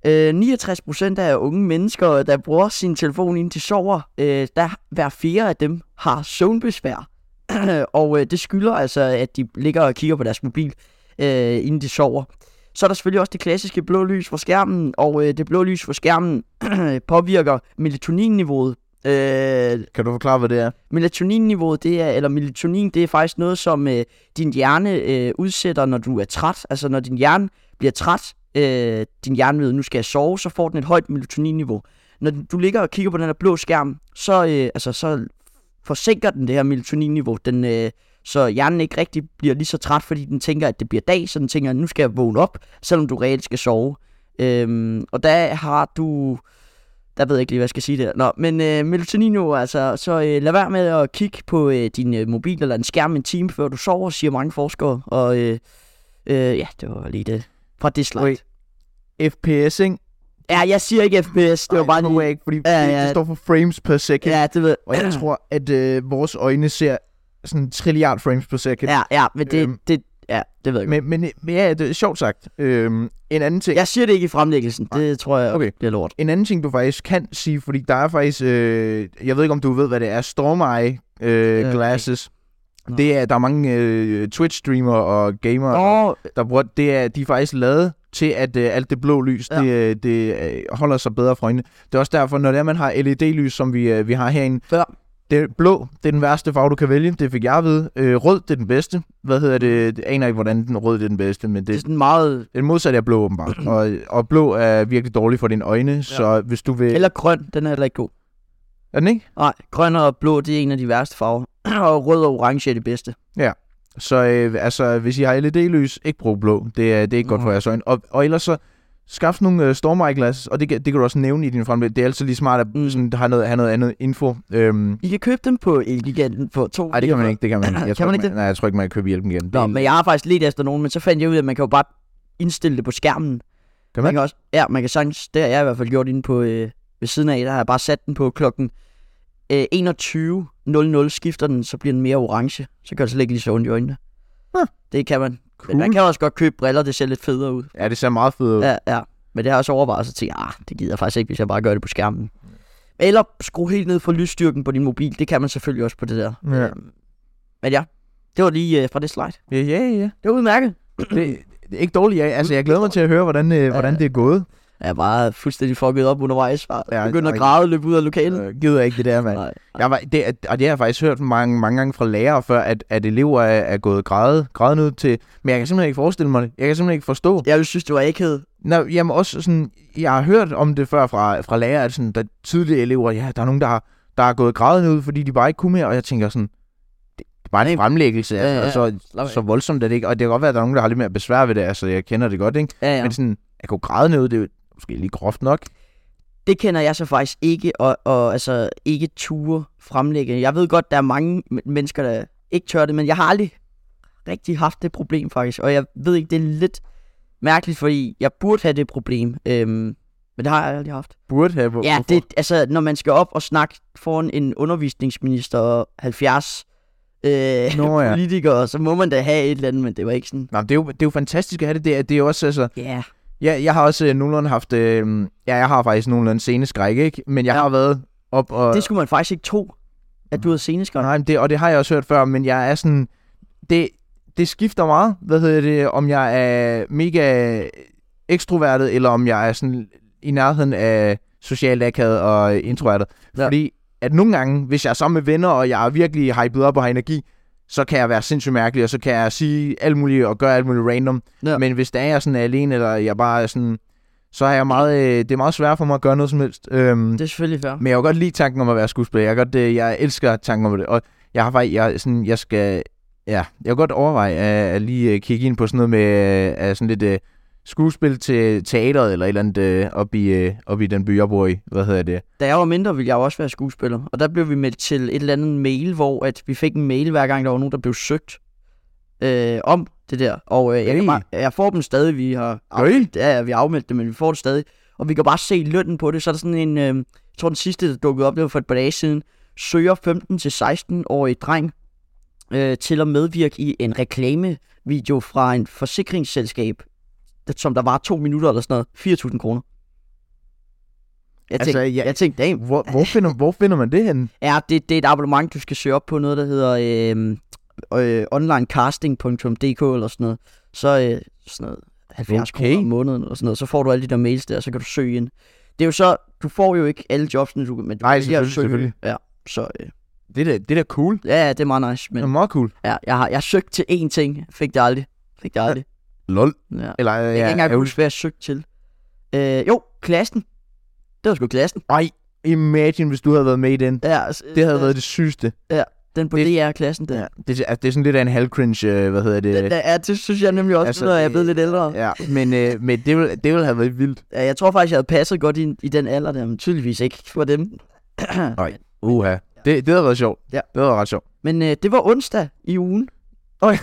69% af unge mennesker, der bruger sin telefon, inden de sover, hver 4 af dem har søvnbesvær. Og det skylder altså, at de ligger og kigger på deres mobil, inden de sover. Så er der selvfølgelig også det klassiske blå lys fra skærmen, og det blå lys fra skærmen påvirker melatoninniveauet. Kan du forklare, hvad det er? Melatoninniveauet, melatonin, det er faktisk noget, som din hjerne udsætter, når du er træt. Altså når din hjerne bliver træt, din hjerne ved, nu skal jeg sove, så får den et højt melatoninniveau. Når du ligger og kigger på den her blå skærm, så forsinker den det her melatoninniveau. Så hjernen ikke rigtig bliver lige så træt, fordi den tænker, at det bliver dag, så den tænker, at nu skal jeg vågne op, selvom du reelt skal sove. Og der har du... Der ved jeg ikke lige, hvad jeg skal sige der. Nå, men melatoninniveau, altså, så lad være med at kigge på din mobil eller en skærm en time, før du sover, siger mange forskere. Og ja, det var lige det fra det slide. FPS, ikke? Ja, jeg siger ikke FPS, det var bare lige... Ikke, fordi det står for frames per second. Ja, det ved. Og jeg tror, at vores øjne ser sådan en trilliard frames per second. Ja, men det ved jeg. Men ja, det er sjovt sagt. En anden ting... Jeg siger det ikke i fremlæggelsen. Det tror jeg, okay. Det er lort. En anden ting, du faktisk kan sige, fordi der er faktisk... jeg ved ikke, om du ved, hvad det er. Storm Eye glasses. Okay. Der er mange Twitch-streamere og gamere, der bruger... De er faktisk lavet til, at alt det blå lys, det holder sig bedre for øjnene. Det er også derfor, når man har LED-lys, som vi har herinde... Ja. Det blå, det er den værste farve, du kan vælge. Det fik jeg at vide. Rød, det er den bedste. Hvad hedder det? Jeg aner ikke, hvordan den rød det er den bedste, men det er sådan meget... Den modsatte af blå, åbenbart. og blå er virkelig dårlig for dine øjne, så hvis du vil... Eller grøn, den er heller ikke god. Er den ikke? Nej, grøn og blå, det er en af de værste farver. Og rød og orange er det bedste. Ja, så hvis I har LED-lys, ikke brug blå. Det er ikke godt for jeres øjne. Og ellers så... Skaff nogle Storm Eye glasses, og det kan du også nævne i din fremlæg. Det er altid lige smart at have noget andet info. I kan købe dem på Elgiganten på 2. Nej, det kan man ikke. Jeg tror ikke, man kan købe Hjælpen igen. Nå, men jeg har faktisk lidt efter nogen, men så fandt jeg ud af, at man kan jo bare indstille det på skærmen. Kan man? Kan også, ja, man kan sagtens. Det har jeg i hvert fald gjort inde på ved siden af. Der har jeg bare sat den på klokken 21:00 skifter den, så bliver den mere orange. Så kan det slet ikke lige så ondt i øjnene. Det kan man. Cool. Men man kan også godt købe briller, det ser lidt federe ud. Ja, det ser meget federe ud. Ja. Men det har jeg også overvejet, så tænker jeg, det gider jeg faktisk ikke, hvis jeg bare gør det på skærmen. Eller skru helt ned for lysstyrken på din mobil. Det kan man selvfølgelig også på det der. Ja. Men ja, det var lige fra det slide. Ja. Det var udmærket. Det er ikke dårligt, ja. Altså, jeg glæder mig til at høre, hvordan det er gået. Jeg er bare fuldstændig fucket op undervejs. Jeg begynder at græde og løbe ud af lokalet. Gider ikke det der, mand. Det har jeg faktisk hørt mange gange fra lærere før, at elever er gået grædende ud til... Men jeg kan simpelthen ikke forestille mig det. Jeg kan simpelthen ikke forstå. Jeg synes, det var æghed. Nå, jamen også sådan... Jeg har hørt om det før fra lærere, at sådan, der tidligere elever... Ja, der er nogen, der er gået grædende ud, fordi de bare ikke kunne mere. Og jeg tænker sådan... Det er bare en fremlæggelse. Så voldsomt er det ikke. Og det kan godt være, at der er nogen, der har lidt mere besvær ved det. Altså, jeg kender det godt, ikke? Ja. Men sådan... At gå grædende ud, det er måske lige groft nok. Det kender jeg så faktisk ikke, og altså ikke ture fremlægge. Jeg ved godt, der er mange mennesker, der ikke tør det, men jeg har aldrig rigtig haft det problem faktisk. Og jeg ved ikke, det er lidt mærkeligt, fordi jeg burde have det problem. Men det har jeg aldrig haft. Burde have? Ja, det, altså når man skal op og snakke foran en undervisningsminister og 70 politikere, så må man da have et eller andet, men det var ikke sådan. Nej, det er jo fantastisk at have det. Det er jo også altså... Ja. Ja, jeg har også nogenlunde haft... jeg har faktisk nogenlunde sceneskræk, ikke? Men jeg har været op og... Det skulle man faktisk ikke tro, at du havde sceneskræk. Nej, det har jeg også hørt før, men jeg er sådan... Det skifter meget, om jeg er mega ekstrovertet, eller om jeg er sådan i nærheden af socialt akavet og introvertet. Ja. Fordi at nogle gange, hvis jeg er sammen med venner, og jeg er virkelig hyped op og har energi, så kan jeg være sindssygt mærkelig, og så kan jeg sige alt muligt og gøre alt muligt random. Ja. Men hvis der er jeg sådan alene, eller jeg bare er sådan, så er jeg meget, det er meget svært for mig at gøre noget som helst. Det er selvfølgelig fair. Men jeg kan godt lide tanken om at være skuespiller. Jeg elsker tanken om det, og jeg har faktisk, jeg kan godt overveje at lige kigge ind på sådan noget med sådan lidt skuespil til teateret, eller et eller andet op i den by, jeg bor i. Hvad hedder det? Da jeg var mindre, ville jeg også være skuespiller. Og der blev vi meldt til et eller andet mail, hvor at vi fik en mail, hver gang der var nogen, der blev søgt om det der. Og jeg får dem stadig. Vi har afmeldt det, men vi får det stadig. Og vi kan bare se lønnen på det. Så er der sådan en, jeg tror den sidste, der dukkede op, det var for et par dage siden, søger 15-16-årig dreng til at medvirke i en reklamevideo fra en forsikringsselskab, som der var 2 minutter eller sådan noget, 4.000 kroner. Jeg tænkte, damn. Hvor finder man det henne? Ja, det er et abonnement, du skal søge op på noget, der hedder onlinecasting.dk eller sådan noget. Så sådan noget 70 kroner om måneden eller sådan noget. Så får du alle de der mails der, så kan du søge ind. Det er jo så, du får jo ikke alle jobsene, men nej, selvfølgelig. Ja, så... Det er da cool. Ja, det er meget nice. Men, det er meget cool. Ja, jeg søgte til én ting, fik det aldrig. Lol. Ja. Eller, jeg kan ikke engang huske, hvad jeg søgte til. Jo, Klassen. Det var sgu Klassen. Ej, imagine, hvis du havde været med i den. Ja, det havde været det sygeste. Ja, den på DR-klassen der. Ja, det er sådan lidt af en halvcringe, hvad hedder det? Ja, det synes jeg nemlig også, altså, når jeg er blevet lidt ældre. Ja, men det ville have været vildt. Ja, jeg tror faktisk, jeg havde passet godt i den alder der, men tydeligvis ikke for dem. Nej, uha. Det havde været sjovt. Ja. Det havde været ret sjovt. Men det var onsdag i ugen. Ja,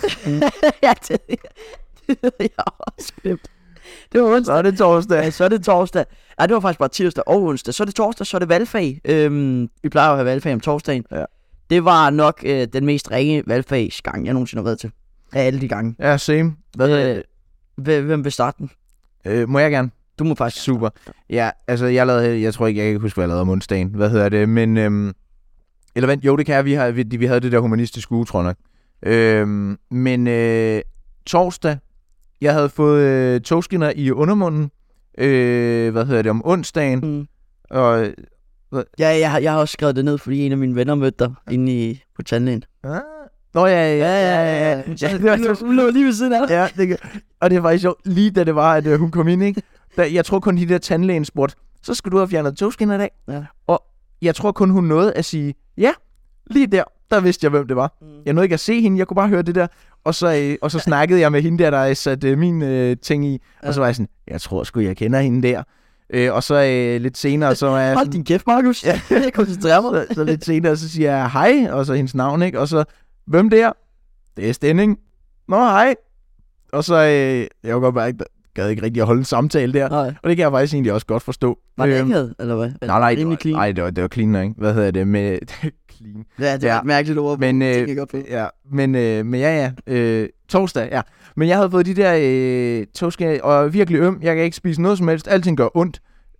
jeg har også glemt. Det var onsdag. Så er det torsdag. Ja, så er det torsdag. Ja, det var faktisk bare tirsdag og onsdag. Så er det torsdag, så er det valgfag. Vi plejer at have valgfag om torsdagen. Ja. Det var nok den mest ringe valgfagsgang, jeg nogensinde har været til. Af alle de gange. Ja, same. Hvem vil starte den? Må jeg gerne? Du må faktisk. Super. Ja, altså jeg tror ikke, jeg kan huske, hvad jeg lavede om onsdagen. Hvad hedder det? Men, eller vent, jo det kan jeg. Vi havde det der humanistiske uge, tror jeg nok. Men torsdag, jeg havde fået togskinner i undermunden, om onsdagen, og... Ja, jeg har også skrevet det ned, fordi en af mine venner mødte dig inde på tandlægen. Nå ja. Hun lå lige ved siden af dig. Ja, og det var faktisk sjovt, lige da det var, at hun kom ind, ikke? Jeg tror kun, de der tandlægen spurgte, så skal du have fjernet togskinner i dag. Ja. Og jeg tror kun, hun nåede at sige, ja, lige der vidste jeg, hvem det var. Jeg nåede ikke at se hende, jeg kunne bare høre det der. Og så snakkede jeg med hende der satte min ting i. Ja. Og så var jeg sådan, jeg tror sgu, jeg kender hende der. Og så lidt senere, så er jeg hold din kæft, Markus. Ja. Jeg koncentrerer mig. Så lidt senere, så siger jeg hej, og så hendes navn, ikke? Og så, hvem der? Det er Stenning. Nå, hej. Og så, jeg var godt bare gad ikke rigtig at holde en samtale der. Nej. Og det kan jeg faktisk egentlig også godt forstå. Var det ikke eller hvad? Nej, det var clean, ikke? Hvad hedder det med clean? Ja, det er et mærkeligt ord. Men torsdag, ja. Men jeg havde fået de der togskinner, og virkelig jeg kan ikke spise noget som helst. Alting gør ondt.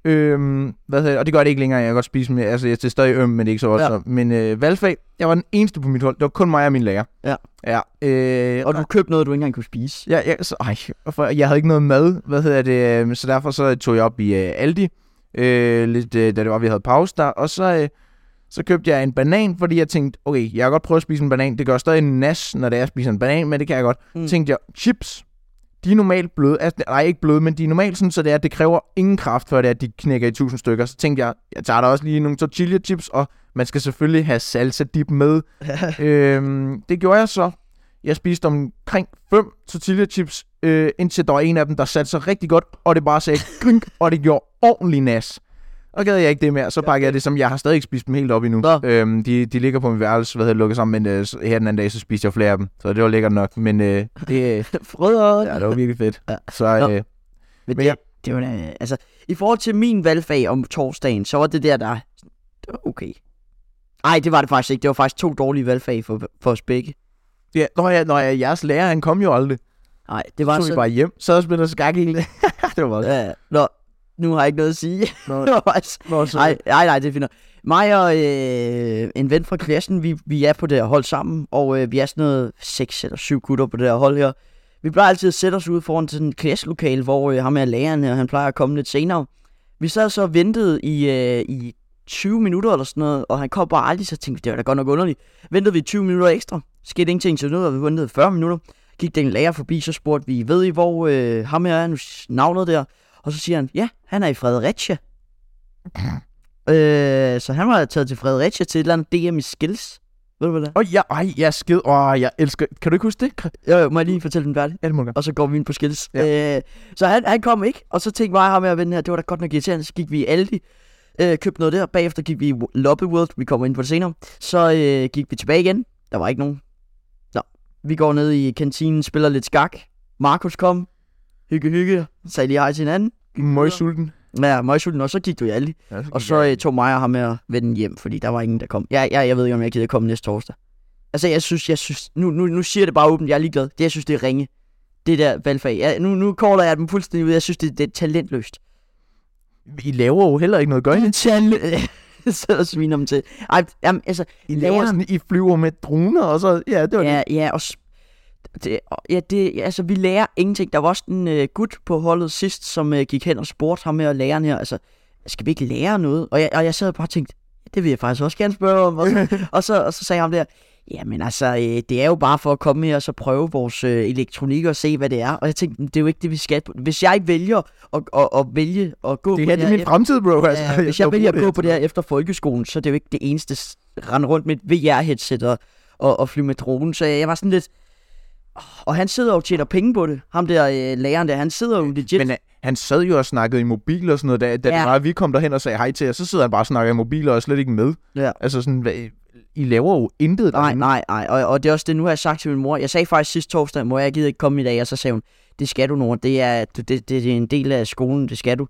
Og det gør det ikke længere, jeg kan godt spise dem. Altså, jeg er stadig men det er ikke så voldsomt. Men valgfag, jeg var den eneste på mit hold. Det var kun mig og min lærer. Ja. Og du købte noget, du ikke engang kunne spise. Jeg havde ikke noget mad, så derfor så tog jeg op i Aldi, da det var, vi havde pause der, og så købte jeg en banan, fordi jeg tænkte, okay, jeg kan godt prøve at spise en banan. Det gør stadig en nas, når det er at spise en banan, men det kan jeg godt. Tænkte jeg, chips, de er normalt bløde. Altså, nej, ikke bløde, men de er normalt sådan, så det er, at det kræver ingen kraft, før det er, at de knækker i 1000 stykker. Så tænkte jeg tager da også lige nogle tortilla chips, og man skal selvfølgelig have salsa dip med. Det gjorde jeg så. Jeg spiste omkring 5 tortilla chips, indtil der var en af dem, der satte sig rigtig godt, og det bare sagde grynk, og det gjorde ordentlig nas. Og gad jeg ikke det mere, så pakkede jeg det, som jeg har stadig ikke spist dem helt op endnu. De ligger på min værelse, lukket sammen, men her den anden dag, så spiste jeg flere af dem. Så det var lækkert nok, men det frøder. Ja, det var virkelig fedt. Ja. Så, det var altså, i forhold til min valgfag om torsdagen, så var det der var okay. Nej, det var det faktisk ikke. Det var faktisk 2 dårlige valgfag for os begge. Ja, jeres lærer, han kom jo aldrig. Nej, det var så vi bare hjem, så spillede skak hele. Det var også. Ja, nu har jeg ikke noget at sige. Nej, det er fint. Mig og en ven fra klassen, vi er på det her hold sammen, og vi er sådan noget 6 eller 7 gutter på det her hold her. Vi plejer altid at sætte os ud foran sådan en klasselokale, hvor ham er læreren, og han plejer at komme lidt senere. Vi sad så og ventede i 20 minutter eller sådan noget, og han kom bare aldrig, så tænkte vi, det var da godt nok underligt. Ventede vi 20 minutter ekstra, skete ingenting til noget, og vi ventede 40 minutter. Gik den lærer forbi, så spurgte vi, ved I hvor ham her er, nu navnet der? Og så siger han, ja, han er i Fredericia. Så han var taget til Fredericia til et eller andet DM i Skills. Ved du hvad det er? Jeg skid. Jeg elsker. Kan du ikke huske det? Jo, må jeg lige fortælle den færdig? Ja, det må du. Og så går vi ind på Skills. Ja. Så han kom ikke, og så tænkte mig ham her ven her, det var da godt nok irriterende. Så gik vi i Aldi, købte noget der. Bagefter gik vi i Lobby World, vi kommer ind på det senere. Så gik vi tilbage igen. Der var ikke nogen. Nå, vi går ned i kantinen, spiller lidt skak. Markus kom. Hygge. Sagde lige hej til hinanden. Møgsulten. Ja, møgsulten, og så gik du i Aldi. Ja, og så tog mig og ham med vennen hjem, fordi der var ingen, der kom. Jeg ved ikke, om jeg gider komme næste torsdag. Altså, jeg synes, nu siger det bare åbent, jeg er ligeglad. Jeg synes, det er ringe. Det der valgfag. Nu caller jeg dem fuldstændig ud. Jeg synes, det er talentløst. I laver jo heller ikke noget, gør I det? Så sviner dem til. Altså, I laver sådan, I flyver med droner, og så, ja, det var det. Ja, og altså, vi lærer ingenting. Der var også en gut på holdet sidst, som gik hen og spurgte ham her og læreren her, altså, skal vi ikke lære noget? Og jeg sad bare og tænkte, det vil jeg faktisk også gerne spørge om. Og så sagde han der, jamen altså, det er jo bare for at komme her og så prøve vores elektronik og se, hvad det er. Og jeg tænkte, det er jo ikke det, vi skal. Hvis jeg vælger at vælge at gå det på det her... Det er min fremtid, bro. Altså, hvis jeg vælger at gå på det her efter folkeskolen, så er det jo ikke det eneste rende rundt med et VR-headset og flyve med dronen. Så jeg var sådan lidt... Og han sidder og tjener penge på det. Ham der læreren der, han sidder jo legit. Men han sad jo og snakkede i mobil og sådan noget, da det var, vi kom derhen og sagde hej til, og så sidder han bare og snakker i mobil og er slet ikke med. Ja. Altså sådan, I laver jo intet derinde. Nej. Og det er også det, nu har jeg sagt til min mor. Jeg sagde faktisk sidste torsdag, mor, jeg gider ikke komme i dag, og så sagde hun, det skal du, Nora. Det er en del af skolen, det skal du.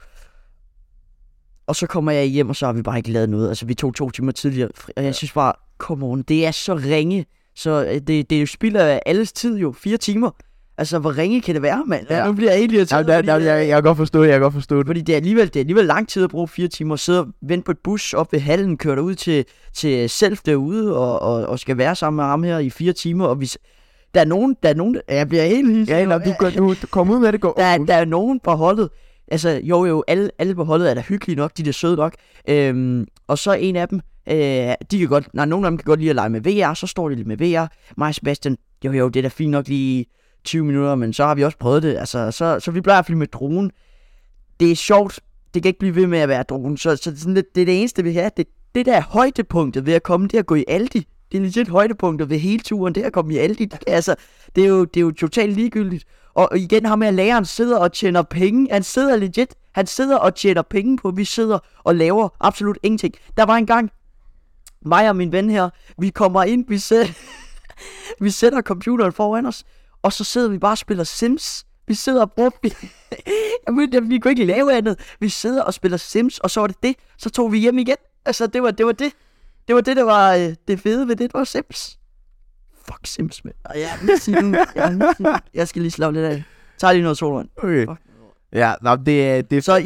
Og så kommer jeg hjem, og så har vi bare ikke lavet noget. Altså, vi tog 2 timer tidligere, og jeg synes bare, come on, det er så ringe. Så det er jo spild af alles tid jo, 4 timer. Altså, hvor ringe kan det være, mand? Ja. Nu bliver jeg helt irriteret. Jeg kan godt forstå det, Fordi det er alligevel lang tid at bruge 4 timer. Sidde og vente på et bus op ved hallen, køre derud til Self derude, og skal være sammen med ham her i 4 timer. Og der er nogen, jeg bliver helt hissig. Ja, du kommer ud med det, går. Der er nogen på holdet. Altså, jo, alle på holdet er da hyggelige nok, de er søde nok. Og så en af dem, de kan godt, nogle af dem kan godt lide at lege med VR, så står de lidt med VR. Mig og Sebastian, jo, det er da fint nok lige 20 minutter, men så har vi også prøvet det. Altså, så vi plejer at flyve med dronen. Det er sjovt, det kan ikke blive ved med at være dronen, så sådan lidt, det er det eneste, vi har. Det der er højdepunktet ved at komme, det er at gå i Aldi. Det er legit højdepunktet ved hele turen, det er at komme i Aldi. Altså, det er jo totalt ligegyldigt. Og igen, ham her læreren sidder og tjener penge. Han sidder og tjener penge på, vi sidder og laver absolut ingenting. Der var engang, mig og min ven her, vi kommer ind, vi sætter computeren foran os, og så sidder vi bare og spiller Sims. Vi sidder og bruger... vi kunne ikke lave andet. Vi sidder og spiller Sims, og så var det. Så tog vi hjem igen. Altså, det var det. Det var det, der var det fede ved det var Sims. Fuck Sims, mand. Jeg skal lige slå lidt af. Tag lige noget solvand. Okay. Ja, det... Så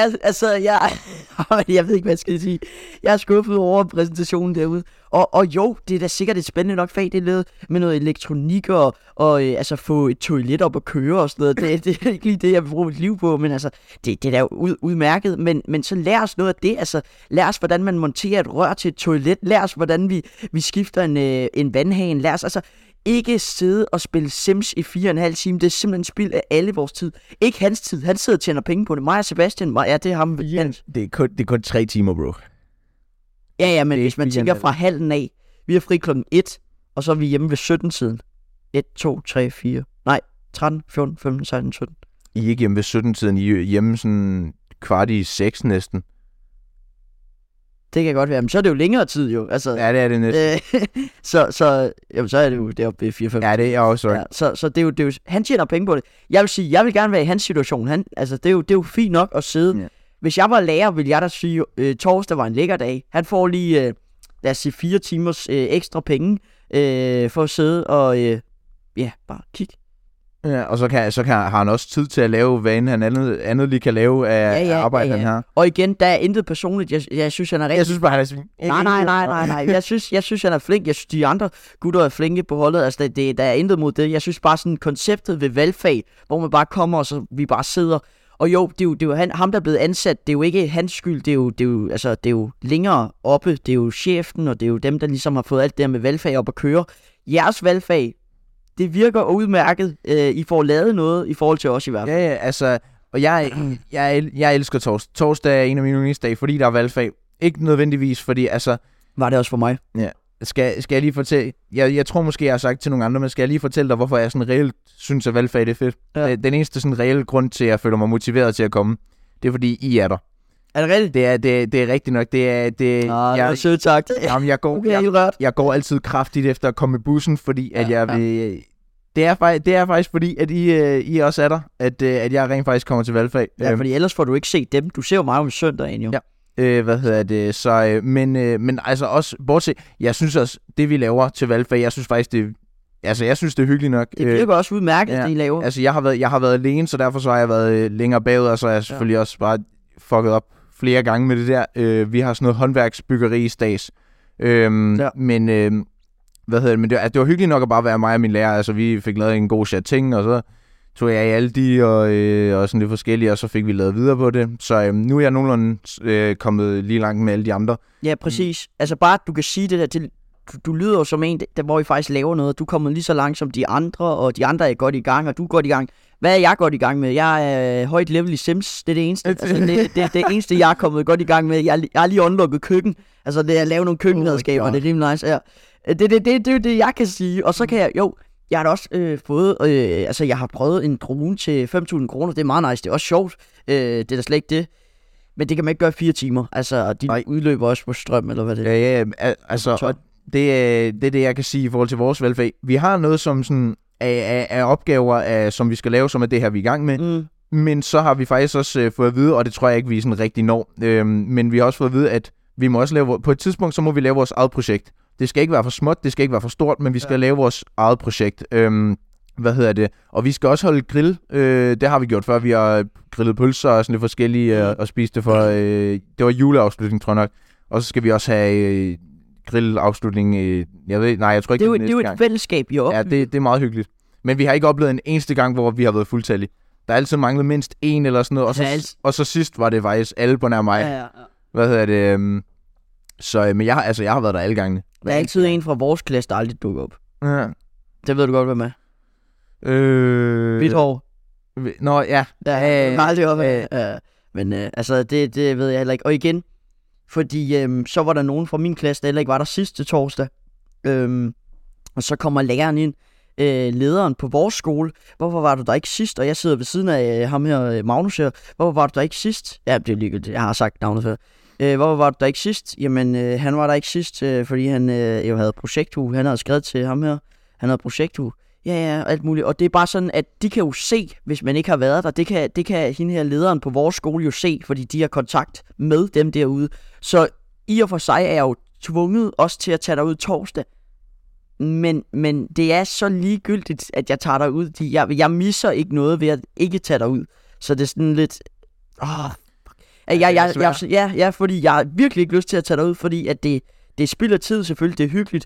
jeg ved ikke, hvad jeg skal sige. Jeg er skuffet over præsentationen derude. Og jo, det er da sikkert et spændende nok fag, det er lavet med noget elektronik og altså få et toilet op og køre og sådan noget. Det er ikke lige det, jeg vil bruge mit liv på, men altså, det er da udmærket. Men så lær os noget af det. Altså, lær os, hvordan man monterer et rør til et toilet. Lær os, hvordan vi skifter en vandhane. Lær os, altså... Ikke sidde og spille Sims i 4,5 timer. Det er simpelthen spild af alle vores tid. Ikke hans tid. Han sidder og tjener penge på det. Mig og Sebastian, det er ham. Det er kun 3 timer, bro. Ja, men hvis man tænker fra halven af. Vi er fri klokken 1, og så er vi hjemme ved 17-tiden. 1, 2, 3, 4. Nej, 13, 14, 15, 16, 17. I er ikke hjemme ved 17-tiden. I er hjemme sådan 5:15 næsten. Det kan godt være, men så er det jo længere tid jo. Altså, ja, det er det næsten. så er det jo deroppe ved 4-5. Ja, det er også sorry. Ja, så det er jo, han tjener penge på det. Jeg vil sige, jeg vil gerne være i hans situation. Det er jo fint nok at sidde. Ja. Hvis jeg var lærer, ville jeg da sige, torsdag var en lækker dag. Han får lige, lad os sige, 4 timers ekstra penge for at sidde og bare kigge. Ja, og så har han også tid til at lave, hvad han andet lige kan lave af arbejde, han har. Og igen, der er intet personligt. Jeg synes, han er rigtig... Jeg synes bare, han er svin. Nej. Jeg synes, han er flink. Jeg synes, de andre gutter er flinke på holdet. Altså, der er intet mod det. Jeg synes bare sådan konceptet ved valgfag, hvor man bare kommer, og så vi bare sidder. Og jo, det er jo ham, der er blevet ansat. Det er jo ikke hans skyld. Det er jo længere oppe. Det er jo chefen, og det er jo dem, der ligesom har fået alt det her med valgfag op at køre. Jeres valgfag, det virker udmærket. I får lavet noget i forhold til os i hvert fald. Ja, altså... Og jeg elsker torsdag. Torsdag er en af mine yndlingsdage, fordi der er valgfag. Ikke nødvendigvis, fordi altså... Var det også for mig? Ja. Skal jeg lige fortælle... Jeg tror måske, jeg har sagt til nogle andre, men skal jeg lige fortælle dig, hvorfor jeg sådan reelt synes, at valgfag det er fedt? Ja. Den eneste sådan reelle grund til, at jeg føler mig motiveret til at komme, det er fordi, I er der. Er det rigtigt? Det er rigtigt nok. Det er sødt sagt. Jamen, jeg går altid kraftigt efter at komme i bussen, fordi at jeg vil... Det er faktisk fordi, at I også er der, at jeg rent faktisk kommer til valgfag. Ja, fordi ellers får du ikke set dem. Du ser jo meget om søndagen jo. Ja. Så, men altså også, bortset, jeg synes også, det vi laver til valgfag, jeg synes faktisk, jeg synes det er hyggeligt nok. Det virker også udmærket, det I laver. Altså, jeg har været alene, så derfor så har jeg været længere bagud, og så er jeg selvfølgelig også bare fucket op flere gange med det der. Vi har sådan noget håndværksbyggeri i stads. Men... men det var hyggeligt nok at bare være mig og min lærer. Altså, vi fik lavet en god chat ting, og så tog jeg i Aldi og sådan lidt forskellige, og så fik vi lavet videre på det. Så nu er jeg nogenlunde kommet lige langt med alle de andre. Ja, præcis. Altså bare, du kan sige det der til... Du lyder jo som en, der, hvor vi faktisk laver noget. Du kommer lige så langt som de andre, og de andre er godt i gang, og du er godt i gang. Hvad er jeg godt i gang med? Jeg er højt level i Sims. Det er det eneste. Altså, det er det eneste, jeg er kommet godt i gang med. Jeg har lige unlocket køkken. Altså, det er at lave nogle køkkenredskaber. Det er rimelig nice. Ja. Det er jo det, jeg kan sige. Og så kan jeg har da også fået, jeg har prøvet en drone til 5.000 kroner. Det er meget nice. Det er også sjovt. Det er da slet ikke det. Men det kan man ikke gøre 4 timer. Altså, de udløber også på strøm, eller hvad det er. Ja, altså, det er det, jeg kan sige i forhold til vores valgfag. Vi har noget som sådan af opgaver, som vi skal lave, som er det her, vi er i gang med. Men så har vi faktisk også fået at vide, og det tror jeg ikke, vi sådan rigtig når, men vi har også fået at vide, at vi må også lave, på et tidspunkt, så må vi lave vores eget projekt. Det skal ikke være for småt, det skal ikke være for stort, men vi skal lave vores eget projekt. Og vi skal også holde grill. Det har vi gjort før. Vi har grillet pølser og sådan lidt forskellige, og spist det for... det var juleafslutning, tror jeg nok. Og så skal vi også have grillafslutning. Jeg tror ikke, det er jo et fællesskab, jo. Ja, det er meget hyggeligt. Men vi har ikke oplevet en eneste gang, hvor vi har været fuldtallige. Der er altid manglet mindst en eller sådan noget. Og så sidst var det faktisk alle på nær mig. Ja. Men jeg har været der alle gangene. Der er altid en fra vores klasse, der aldrig dukker op. Ja. Det ved du godt, hvad med. Hvidt hår. Nå, ja. Aldrig op. Men det ved jeg heller ikke. Og igen, fordi så var der nogen fra min klasse, der heller ikke var der sidste torsdag. Og så kommer læreren ind, lederen på vores skole. Hvorfor var du der ikke sidst? Og jeg sidder ved siden af ham her, Magnus her. Hvorfor var du der ikke sidst? Ja, det er ligegyldigt. Jeg har sagt navnet før. Hvorfor var du der ikke sidst? Jamen, han var der ikke sidst, fordi han jo havde projektuge. Han havde skrevet til ham her. Han havde projektuge. Ja, alt muligt. Og det er bare sådan, at de kan jo se, hvis man ikke har været der. Det kan hende her lederen på vores skole jo se, fordi de har kontakt med dem derude. Så i og for sig er jeg jo tvunget også til at tage dig ud torsdag. Men det er så ligegyldigt, at jeg tager dig ud. Jeg misser ikke noget ved at ikke tage dig ud. Så det er sådan lidt... fordi jeg har virkelig ikke lyst til at tage derud, fordi at det spilder tid selvfølgelig, det er hyggeligt.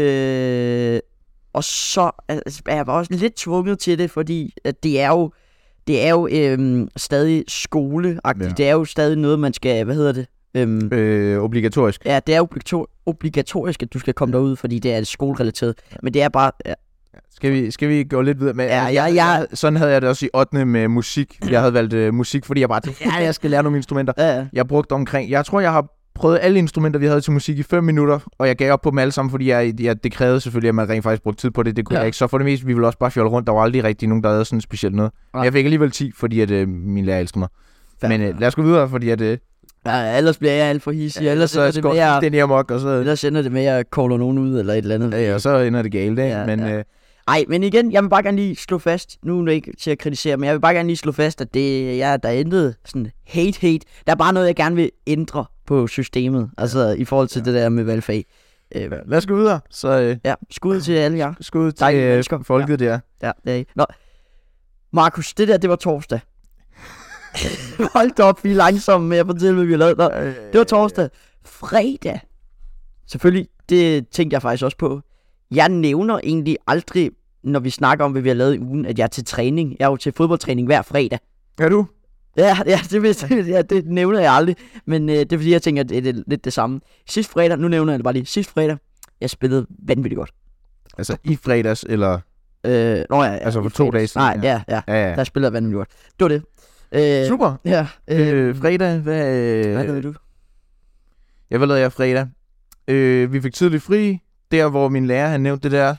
Og så er jeg også lidt tvunget til det, fordi at det er jo stadig skoleagtigt. Det er jo stadig noget, man skal, obligatorisk. Ja, det er obligatorisk, at du skal komme derud, fordi det er skolerelateret. Men det er bare... Ja. Skal vi gå lidt videre med? Sådan havde jeg det også i 8. med musik. Jeg havde valgt musik, fordi jeg bare tænkte, jeg skal lære nogle instrumenter. Ja. Jeg brugte jeg tror, jeg har prøvet alle instrumenter, vi havde til musik i 5 minutter, og jeg gav op på dem alle sammen, fordi det krævede selvfølgelig, at man rent faktisk brugte tid på det. Det kunne jeg ikke. Så for det meste, vi ville også bare fjolle rundt. Der var aldrig rigtig nogen, der havde sådan specielt noget. Ja. Jeg fik alligevel 10, fordi at min lærer elsker mig. Men lad os gå videre, fordi at... ellers bliver jeg alt for hissig. Ellers så ender det med amok, og så... Ellers ender det med, at jeg caller nogen ud, eller et eller andet. Ja, og så ender det galt, ikke? Ja, men... men igen, jeg vil bare gerne lige slå fast, nu er det ikke til at kritisere, men jeg vil bare gerne lige slå fast, at der er intet sådan hate. Der er bare noget, jeg gerne vil ændre på systemet, altså i forhold til det der med valgfag. Lad os gå videre. Så, skud til alle jer. Skud til folket der. Ja, det er. Nå, Markus, det var torsdag. Hold op, vi er langsomme med at fortælle, hvad vi har lavet. Nå, det var torsdag. Fredag. Selvfølgelig, det tænkte jeg faktisk også på. Jeg nævner egentlig aldrig, når vi snakker om, hvad vi har lavet i ugen, at jeg er til træning. Jeg er jo til fodboldtræning hver fredag. Er du? Ja, det nævner jeg aldrig. Men det er fordi, jeg tænker, at det er lidt det samme. Sidste fredag, nu nævner jeg det bare lige. Sidste fredag, jeg spillede vanvittigt godt. Altså i fredags, eller? Altså for 2 dage siden? Nej, ja. Der spillede jeg vanvittigt godt. Det var det. Super. Ja. Fredag, hvad lavede du? Hvad lavede jeg fredag? Vi fik tidligt fri. Der, hvor min lærer, han nævnte det der.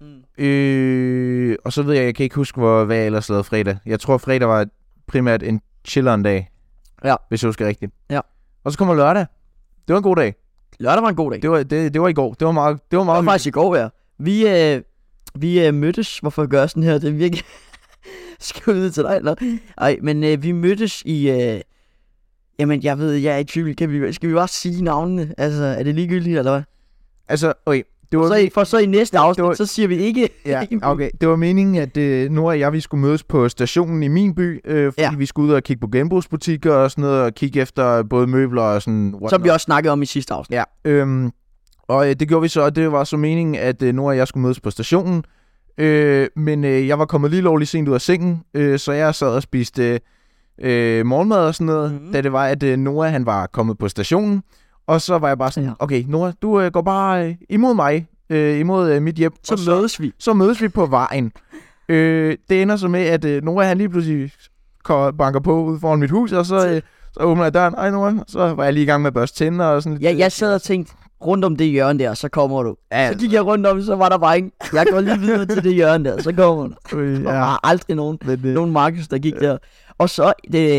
Og så ved jeg kan ikke huske, hvad jeg ellers lavede fredag. Jeg tror, fredag var primært en chilleren dag. Ja. Hvis jeg husker rigtigt. Ja. Og så kommer lørdag. Det var en god dag. Lørdag var en god dag. Det var i går. Det var meget faktisk i går, ja. Vi mødtes. Hvorfor gør jeg sådan her? Det er virkelig... Skal ud til dig, eller? Ej, men vi mødtes i... Jamen, jeg er i tvivl. Skal vi bare sige navnene? Altså, er det ligegyldigt, eller hvad? Altså, okay. Så i næste afsnit, så siger vi ikke... Ja, okay. Det var meningen, at Nora og jeg, vi skulle mødes på stationen i min by, fordi vi skulle ud og kigge på genbrugsbutikker og sådan noget, og kigge efter både møbler og sådan... Som vi også snakkede om i sidste afsnit. Ja, og det gjorde vi så, og det var så meningen, at Nora og jeg skulle mødes på stationen, men jeg var kommet lige lovligt sent ud af sengen, så jeg sad og spiste morgenmad og sådan noget, da det var, at Nora, han var kommet på stationen. Og så var jeg bare sådan, okay, Nora, du går bare imod mig, imod mit hjem. Så mødes vi på vejen. Det ender så med, at Nora, han lige pludselig banker på ud foran mit hus, og så åbner jeg døren. Ej, Nora, så var jeg lige i gang med at børste tænder og sådan lidt. Ja, jeg sad og tænkte, rundt om det hjørne der, så kommer du. Ja, så gik jeg rundt om, så var der bare ikke. Jeg går lige videre til det hjørne der, så kommer du. Der var aldrig nogen Markus, der gik der. Og så,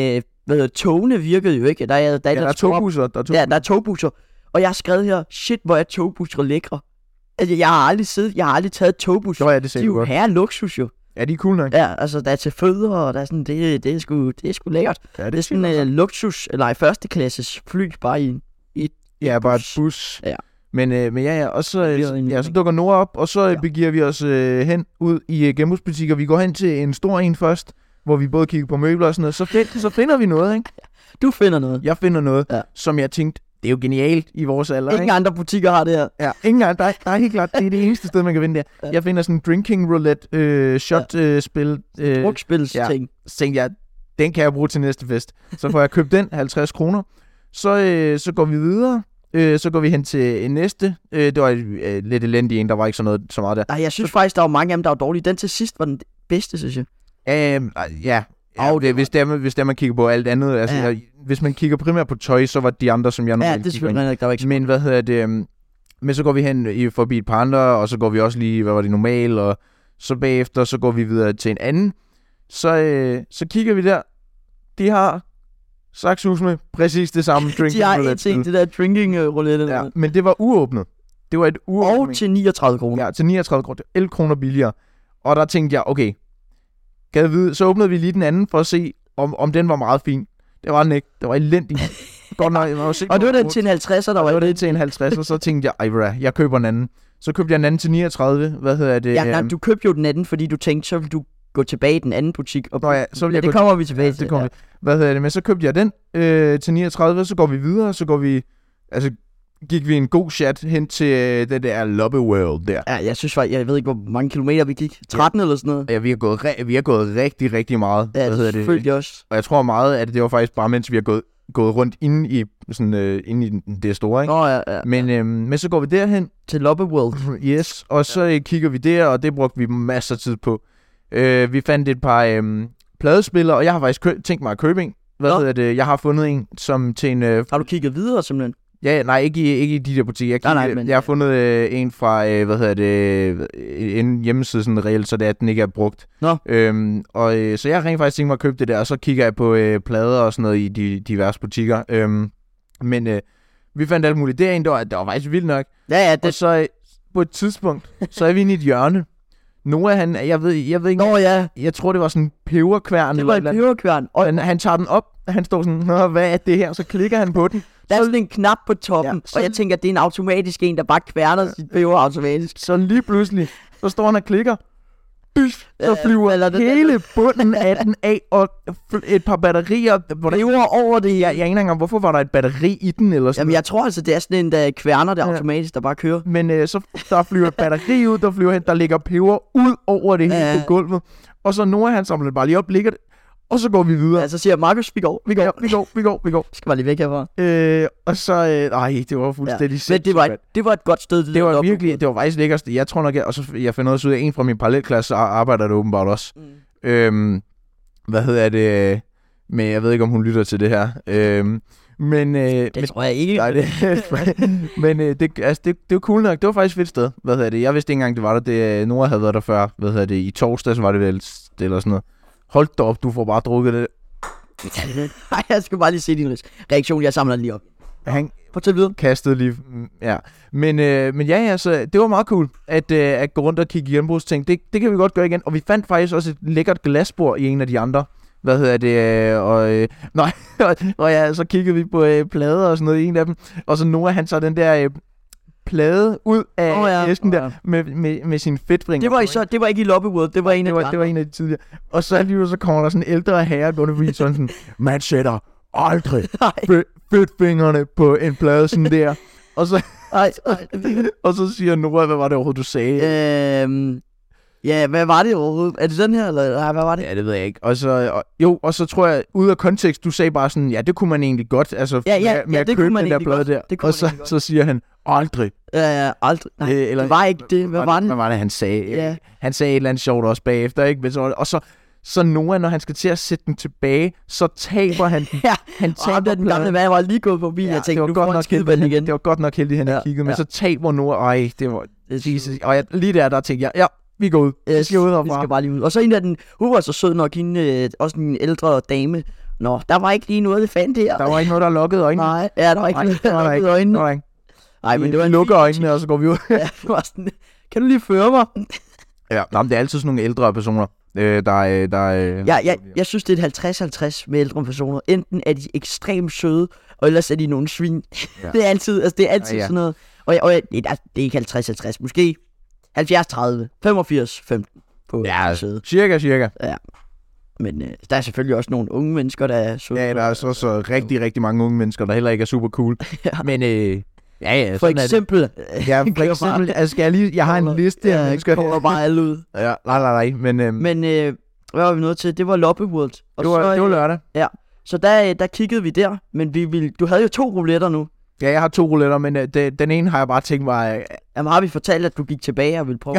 togene virkede jo ikke. Der er togbusser. Der er togbusser. Og jeg har skrevet her, shit, hvor er togbusser lækre. Altså, jeg har aldrig taget et togbus. Det er jo herre luksus jo. Ja, de er cool nok. Ja, altså, der er til fødder, og der er sådan, det er sgu lækkert. Ja, det er sådan luksus, eller førsteklasses fly, bare i ja, bare et bus. Ja. Men ja, og så dukker Nora op, og så begiver vi os hen ud i genbrugsbutikker. Vi går hen til en stor en først, hvor vi både kigger på møbler og sådan noget. Så finder vi noget, ikke? Du finder noget. Jeg finder noget, som jeg tænkte, det er jo genialt i vores alder. Ingen andre butikker har det her. Ja, ingen andre. Der er helt klart, det er det eneste sted, man kan vinde der. Ja. Jeg finder sådan en drinking roulette shot-spil. Brugspilsting. Så tænkte jeg, den kan jeg bruge til næste fest. Så får jeg købt den, 50 kroner. Så går vi videre. Så går vi hen til en næste. Det var lidt elendig en, der var ikke så meget der. Nej, jeg synes faktisk, der var mange af dem, der var dårlige. Den til sidst var den bedste, synes jeg. Ja, hvis man kigger på alt andet. Altså, hvis man kigger primært på tøj, så var de andre, som jeg normalt kigger ind. Der var ikke. Men hvad hedder det? Men så går vi hen forbi et par andre, og så går vi også lige, hvad var det normalt, og så bagefter, så går vi videre til en anden. Så kigger vi der. De har Saxhus med præcis det samme drinking roulette. De har en ting, det der drinking roulette. Ja, men det var uåbnet. Det var et uåbnet. Og til 39 kroner. Ja, til 39 kroner. 11 kroner billigere. Og der tænkte jeg, okay, kan jeg vide, så åbnede vi lige den anden for at se, om den var meget fin. Det var den ikke. Det var elendig. Godt nok, og det var den til en 50'er, der var det til en 50'er, så tænkte jeg, jeg køber en anden. Så købte jeg en anden til 39, hvad hedder det? Ja, nej, du købte jo den anden, fordi du tænkte, så vil du gå tilbage i den anden butik. Og, så vil jeg det kommer vi tilbage til. Det kommer vi. Hvad hedder det? Men så købte jeg den til 39, så går vi videre, så går vi... Altså, gik vi en god chat hen til det der Lobby World der. Ja, jeg synes faktisk, jeg ved ikke, hvor mange kilometer vi gik. 13 eller sådan noget. Ja, vi har gået rigtig, rigtig meget. Ja, det følte jeg også. Og jeg tror meget, at det var faktisk bare, mens vi har gået rundt inde i, det store, ikke? Ja. Men så går vi derhen. Til Lobby World. Yes, og så kigger vi der, og det brugte vi masser af tid på. Vi fandt et par pladespillere, og jeg har faktisk tænkt mig at købe en. Jeg har fundet en, som til en... Har du kigget videre simpelthen? Ja, nej, ikke i de der butikker. Jeg har fundet en fra, en hjemmeside sådan reelt, så det er, at den ikke er brugt. Så jeg har rent faktisk tænkt mig at købe det der, og så kigger jeg på plader og sådan noget i de diverse butikker. Men vi fandt alt muligt derinde, det var faktisk vildt nok. Ja, det... Og så på et tidspunkt, så er vi inde i et hjørne. Noah, jeg ved ikke... Jeg tror, det var sådan en peberkværn. Det var en peberkværn. Og han tager den op, og han står sådan, hvad er det her? Så klikker han på den. Der er sådan en knap på toppen, og jeg tænker, at det er en automatisk en, der bare kværner sit peber automatisk. Så lige pludselig, så står han og klikker. Så flyver hele bunden af den af, og et par batterier. Peber over det. Jeg aner ikke engang, hvorfor var der et batteri i den? Eller sådan. Jamen, jeg tror altså, det er sådan en, der kværner det automatisk, der bare kører. Men så der flyver et batteri ud, der ligger peber ud over det hele på gulvet. Og så Noah, han samler det bare lige op, ligger det. Og så går vi videre. Ja, så siger Markus, vi går. Skal bare lige væk herfra. Og så, det var fuldstændig sindssygt. Men det var et godt sted. Det var virkelig, det var faktisk lækkert. Jeg tror nok, og så jeg fandt også ud af, en fra min parallelklasse arbejder der åbenbart også. Men jeg ved ikke, om hun lytter til det her. Det tror jeg ikke. Nej, men det var cool nok. Det var faktisk et fedt sted. Jeg vidste ikke engang, det var der. Nora havde været der før. I torsdags var det vel eller sådan noget. Hold da op, du får bare drukket det. Nej, jeg skal bare lige se din reaktion. Jeg samler den lige op. Han fortæl videre. Kastede lige, ja. Men ja, så det var meget cool, at gå rundt og kigge genbrugsting. Det kan vi godt gøre igen. Og vi fandt faktisk også et lækkert glasbord i en af de andre. Så kiggede vi på plader og sådan noget i en af dem. Og så Noah, han tager den der... plade ud af æsken der med sin fedtbringer. Det var ikke i Lobby World, det var en af de andre. Det var en af de tidligere. Og så kommer der sådan en ældre herre gående forbi sådan, man sætter aldrig fedtfingrene på en plade sådan der. Og så og så siger Nora, hvad var det overhovedet, du sagde? Ja, hvad var det overhovedet? Er det den her, eller hvad var det? Ja, det ved jeg ikke. Og så tror jeg, ud af kontekst, du sagde bare sådan, ja, det kunne man egentlig godt, altså med at købe den der plade der. Og så siger han, aldrig. Ja, aldrig. Nej, det var ikke det. Hvad var det, han sagde? Ja. Han sagde et eller andet sjovt også bagefter, ikke? Og så Noah, når han skal til at sætte den tilbage, så taber han den. Han taber den gamle mand var lige gået forbi, jeg tænkte, du får en skideball igen. Det var godt nok heldigt, han kiggede, men så taber Noah, det var Jesus. Og lige der tænkte jeg, vi går ud. Vi skal bare lige ud. Og så en af den, hun var så sød nok, hende, også en ældre dame. Nå, der var ikke lige noget, det fandt der. Der var ikke noget, der lukkede øjnene. Nej, der var ikke noget, der lukkede øjnene. Nej, men det var lukker øjnene, og så går vi ud. Ja, det var sådan, kan du lige føre mig? Ja, men det er altid sådan nogle ældre personer, jeg synes, det er et 50-50 med ældre personer. Enten er de ekstremt søde, og ellers er de nogle svin. Ja. Det er altid sådan noget. Og det er ikke 50-50, måske 70-30, 85-15 på søde. Cirka. Ja. Men der er selvfølgelig også nogle unge mennesker, der er søde. Ja, der er så rigtig, rigtig mange unge mennesker, der heller ikke er super cool. Men for eksempel. Jeg har en liste her. Jeg kommer bare alle ud. Ja, nej. Men hvad var vi nået til? Det var Lobby World. Og det var lørdag. Ja. Så der kiggede vi der, men du havde jo 2 rouletter nu. Ja, jeg har 2 rouletter, men den ene har jeg bare tænkt mig... Jamen har vi fortalt, at du gik tilbage og ville prøve?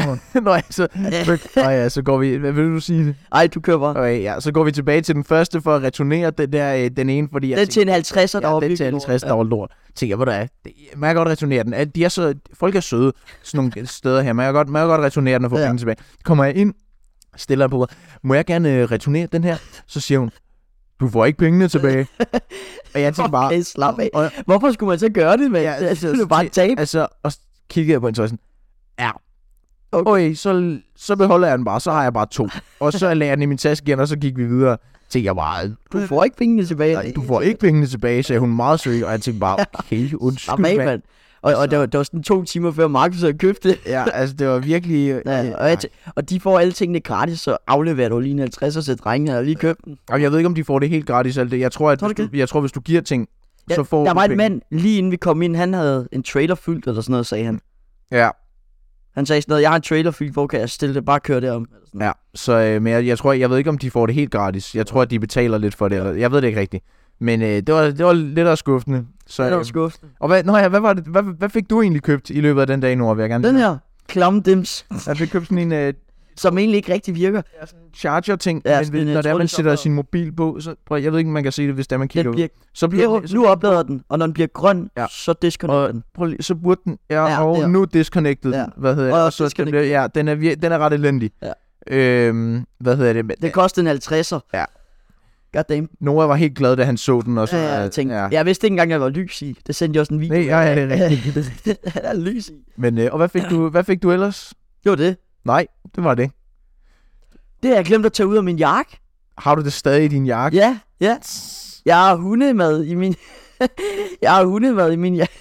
Så går vi... Hvad vil du sige det? Ej, du kører bare. Okay, ja, så går vi tilbage til den første for at returnere den ene, fordi... Den til en 50'er, der var virkelig til en 50, der var lort. Tænker jeg, hvor der er. Man kan godt returnere den. Folk er søde, sådan nogle steder her. Man kan godt returnere den og få penge tilbage. Kommer jeg ind, stiller på, må jeg gerne returnere den her? Så siger hun, du får ikke pengene tilbage. Og jeg tænkte bare... Okay, slap af. Hvorfor skulle man så gøre det med? Det er bare tabe. Og kiggede jeg på en sådan, ja. Okay, så beholder jeg den bare, så har jeg bare 2. Og så lagde jeg den i min taske igen, og så gik vi videre. Tænkte jeg bare... Du får ikke pengene tilbage. Nej, du får ikke pengene tilbage, sagde hun meget søg, og jeg tænkte bare, okay, undskyld, mand. Og det var sådan 2 timer før Markus havde købt det. Ja, altså det var virkelig... Og de får alle tingene gratis, så afleverer du lige en 50'er til drengene, og lige købt den. Og jeg ved ikke, om de får det helt gratis alt det. Jeg tror, hvis du giver ting, så får der var en mand, lige inden vi kom ind, han havde en trailer fyldt, eller sådan noget, sagde han. Ja. Han sagde sådan noget, jeg har en trailer fyldt, hvor kan jeg stille det, bare køre derom. Ja, så men jeg ved ikke, om de får det helt gratis. Jeg tror, at de betaler lidt for det, eller jeg ved det ikke rigtigt. Men det var lidt af skuffende. Så, det var skuffende. Og hvad fik du egentlig købt i løbet af den dag, Nora? Den her klamme dims. Jeg fik købt sådan en... som egentlig ikke rigtig virker. Ja, sådan en charger-ting, men når man sætter sin mobil på, så jeg ved ikke, man kan se det, hvis man kigger ud. Nu oplader den, og når den bliver grøn, så disconnecter den. Så burde den, nu disconnected, hvad hedder det? Og så den er ret elendig. Ja. Hvad hedder det? Det kostede en 50'er. Ja. Goddamn. Nora var helt glad, da han så den. Og så, jeg vidste ikke engang, at der var lys i. Det sendte jeg også en video. Nej, det er rigtigt. Der er lys i. Men, og hvad fik du ellers? Det var det. Nej, det var det. Det har jeg glemt at tage ud af min jakke. Har du det stadig i din jakke? Ja. Jeg har hundemad i min... jakke.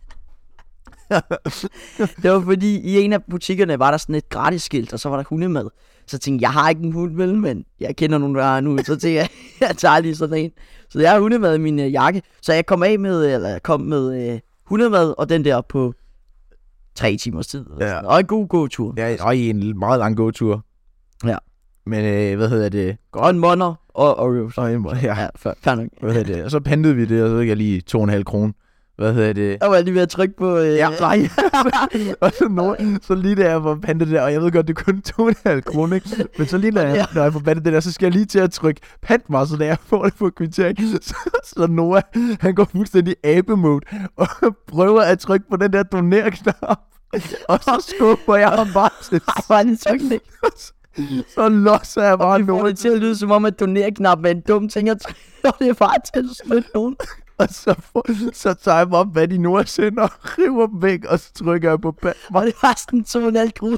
Det var fordi, i en af butikkerne var der sådan et gratis skilt, og så var der hundemad. Så tænkte jeg har ikke en hund, vel, men jeg kender nogen, der har nu. Så tænkte jeg tager lige sådan en. Så jeg har hundemad i min jakke. Så jeg kom med hundemad og den der på 3 timers tid. Ja. Og en god gåtur. Ja, og en meget lang gåtur. Ja. Men hvad hedder det? Og en monner og Oreos. Ja, fair nok. Hvad hedder det? Og så pantede vi det, og så fik jeg lige 2,5 kroner. Hvad hedder det? Jeg var lige ved at trykke på... nej. Og så lige da jeg var pantet det der, og jeg ved godt, det er kun 2,5 kroner, ikke? Men så lige når jeg får pantet det der, så skal jeg lige til at trykke pant mig, så da jeg får det på kvittering. Så Noah, han går fuldstændig abe-mode, og prøver at trykke på den der doner-knap. Og så skubber jeg ham bare til. Bare lige trykke det. Så losser jeg bare nogen. Det til at lyde som om, at doner-knap er en dum ting, og det er bare til at smitte nogen. Og så tager jeg mig op, hvad de nu er sendt, og river dem væk, og så trykker jeg på bag. Og det var sådan 2,5 kroner.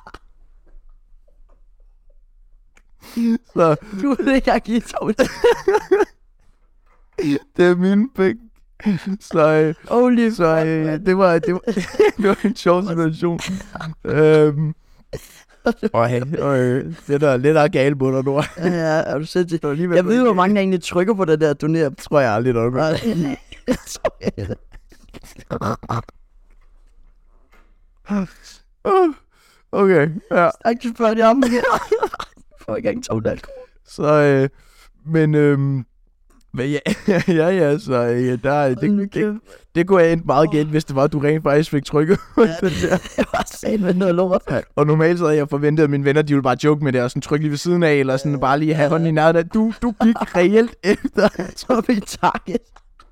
Så du ved ikke, jeg giver 2. Det er mine penge. Så det var en sjov situation. Det er lidt af galt på dig nu. Ja, er du sindssygt? Jeg ved jo, hvor mange der egentlig trykker på det der doner. Tror jeg aldrig noget med. Okay, ja. Tak til før, jeg får ikke engang 2,5. Så, men ja, så det kunne have endt meget galt, hvis det var, at du rent faktisk fik trykket. Det var sandt med noget lort. Og normalt så havde jeg forventet, at mine venner, de ville bare joke med det, og sådan trykke lige ved siden af, eller sådan bare lige have hånden i nærheden. Du gik reelt efter. Så vi target.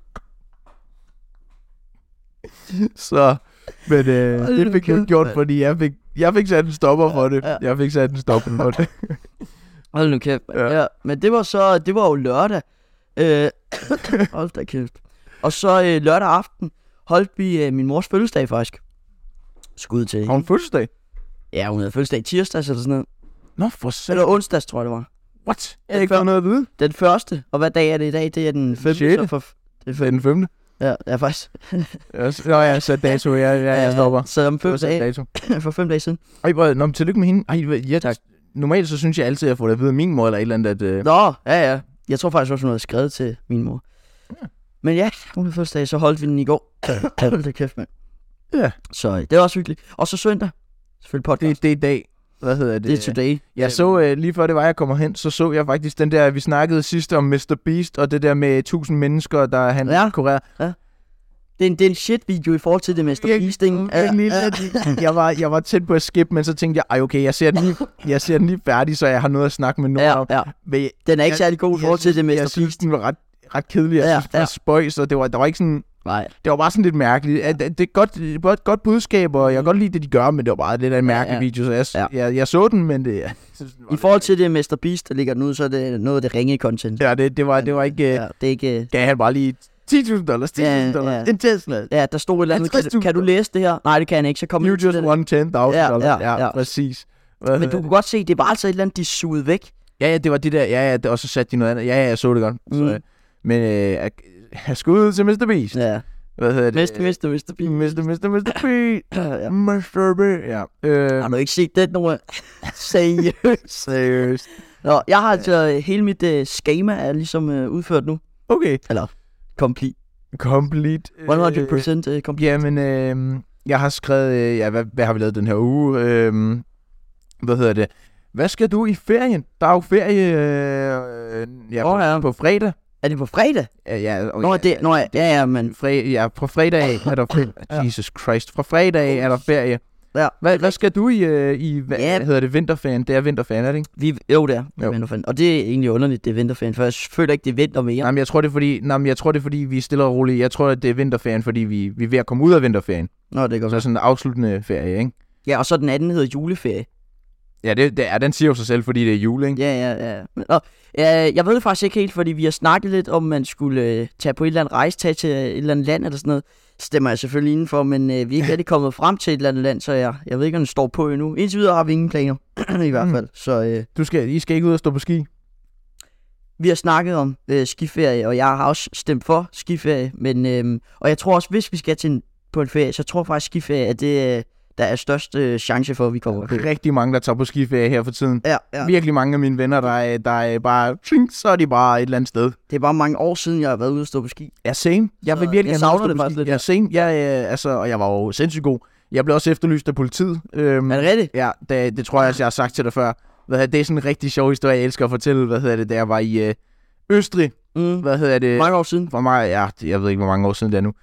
Så, men det fik jeg gjort, fordi jeg fik sat en stopper for det. Jeg fik sat en stopper for det. Hold nu kæft. Ja, men det var jo lørdag. Hold da kæft. Og så lørdag aften holdt vi min mors fødselsdag faktisk. Skud til. Har hun fødselsdag? Ja, hun havde fødselsdag tirsdags eller sådan noget. Nå, for selv. Eller onsdags, tror jeg det var. What? Jeg har ikke fået noget at vide. Den første. Og hvad dag er det i dag? Det er den 5. Det er den 5. Ja, faktisk. Nå, jeg sat dato. Jeg stopper. Så om 5 dage. For 5 dage siden. Nå, tillykke med hende. Tak. Normalt så synes jeg altid, at jeg får det at vide af min mor eller et eller andet. Nå, ja. Jeg tror faktisk også, hun havde skrevet til min mor. Ja. Men ja, hun havde fødselsdag, så holdt vi den i går. Hold da kæft, mand. Ja. Så det var også hyggeligt. Og så søndag. Selvfølgelig podcast. Det er i dag. Hvad hedder det? Det er today. Jeg så lige før det var, jeg kommer hen, så jeg faktisk den der, vi snakkede sidst om Mr. Beast, og det der med 1000 mennesker, der han kurerer. Ja. Det er en shit-video i forhold til det Mr. Beast, ikke? Jeg var tæt på at skip, men så tænkte jeg, okay, jeg ser den lige færdig, så jeg har noget at snakke med nogen om. Ja. Den er ikke særlig god i forhold til det Mr. Beast. Jeg synes, den var ret kedelig. Jeg synes, det var spøjs, og der var ikke sådan... Nej. Det var bare sådan lidt mærkeligt. Det er et godt budskab, og jeg kan godt lide det, de gør, men det var bare lidt af en mærkelig video, så jeg så den, men det... I forhold til det Mr. Beast, der ligger nu, så er det noget af det ringe content. Ja, det var ikke... det er ikke... Gav han bare lige $10,000, en Tesla. Ja, der stod et eller andet. Kan du læse det her? Nej, det kan jeg ikke. Så kom you just won $10,000. Ja, præcis. Men du kunne godt se, det var altså et eller andet, de sugede væk. Ja, det var det der. Ja, og så satte de noget andet. Ja, jeg så det godt. Så, men jeg skulle ud til Mr. Beast. Ja. Hvad hedder det? Mr. P. Mr. P. Ja. Mr. P. Ja. Har du ikke set det, Noah? Seriøst. Nå, jeg har altså hele mit schema er ligesom udført nu. Okay. Eller complete. 100% complete. Jamen, jeg har skrevet, hvad har vi lavet den her uge? Hvad hedder det? Hvad skal du i ferien? Der er jo ferie på fredag. Er det på fredag? Ja, men på fredag er der ferie. Jesus Christ. Fra fredag er der ferie. Ja. Hvad skal du i hvad hedder det, vinterferien? Det er vinterferien, er det ikke? Jo, det er vinterferien. Og det er egentlig underligt, det er vinterferien, for jeg føler ikke, det er vinter mere. Nej, men jeg tror, det er fordi, vi er stille og roligt. Jeg tror, at det er vinterferien, fordi vi er ved at komme ud af vinterferien. Nå, det går. Så sådan en afsluttende ferie, ikke? Ja, og så den anden hedder juleferie. Ja, den siger jo sig selv, fordi det er jul, ikke? Ja. Jeg ved det faktisk ikke helt, fordi vi har snakket lidt om, man skulle tage på et eller andet rejse, tage til et eller andet land eller sådan noget. Stemmer jeg selvfølgelig indenfor, men vi er ikke rigtig kommet frem til et eller andet land, så jeg ved ikke, om det står på endnu. Indtil videre har vi ingen planer, i hvert fald. Så, I skal ikke ud og stå på ski? Vi har snakket om skiferie, og jeg har også stemt for skiferie, men, og jeg tror også, hvis vi skal på en ferie, så tror jeg faktisk, skiferie er det, der er størst chance for, at vi kommer på. Rigtig mange, der tager på skiferie her for tiden. Ja. Virkelig mange af mine venner, der er bare, så er de bare et eller andet sted. Det er bare mange år siden, jeg har været ude og stå på ski. Ja, same. Jeg vil virkelig savner det faktisk lidt. Ja, same. Og jeg var jo sindssygt god. Jeg blev også efterlyst af politiet. Er det rigtigt? Ja, det tror jeg også, jeg har sagt til dig før. Det er sådan en rigtig sjov historie, jeg elsker at fortælle. Da jeg var i Østrig. Mange år siden? For mig, ja, jeg ved ikke, hvor mange år siden det er nu.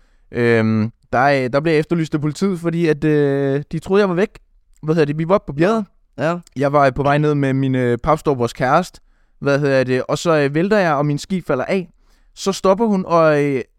Der blev jeg efterlyst af politiet, fordi at de troede, jeg var væk. Vi var oppe på bjerget. Ja. Jeg var på vej ned med min papstorbers kæreste. Og så vælter jeg, og min ski falder af. Så stopper hun, og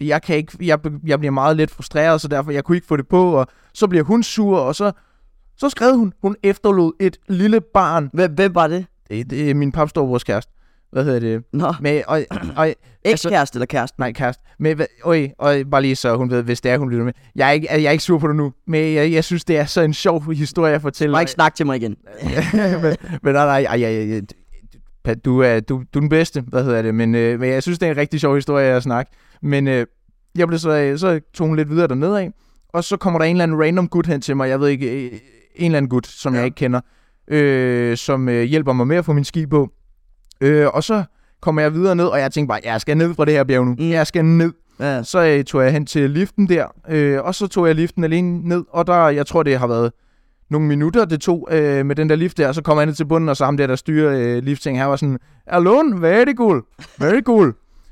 jeg bliver meget let frustreret, så derfor jeg kunne ikke få det på, og så bliver hun sur, og så skrev hun efterlod et lille barn. Hvem var det? Det er min papstorbers kæreste. Nå. Med, Ekskæreste eller kæreste? Nej, kæreste. Og bare lige så hun ved, hvis det er, hun lytter med. Jeg er ikke sur på det nu, men jeg synes, det er så en sjov historie at fortælle. Du må ikke snakke til mig igen. men nej, du er den bedste, men jeg synes, det er en rigtig sjov historie at snakke. Men jeg blev så tog hun lidt videre dernede af, og så kommer der en eller anden random gut hen til mig, jeg ved ikke, en eller anden gut, som jeg ikke kender, som hjælper mig med at få min ski på. Og så kommer jeg videre ned, og jeg tænkte bare, jeg skal ned fra det her bjerg nu. Jeg skal ned. Ja. Så tog jeg hen til liften der, og så tog jeg liften alene ned, og der, jeg tror, det har været nogle minutter, det tog med den der lift der, og så kommer jeg ned til bunden, og så ham der styrer liftting, her var sådan, alone, very cool.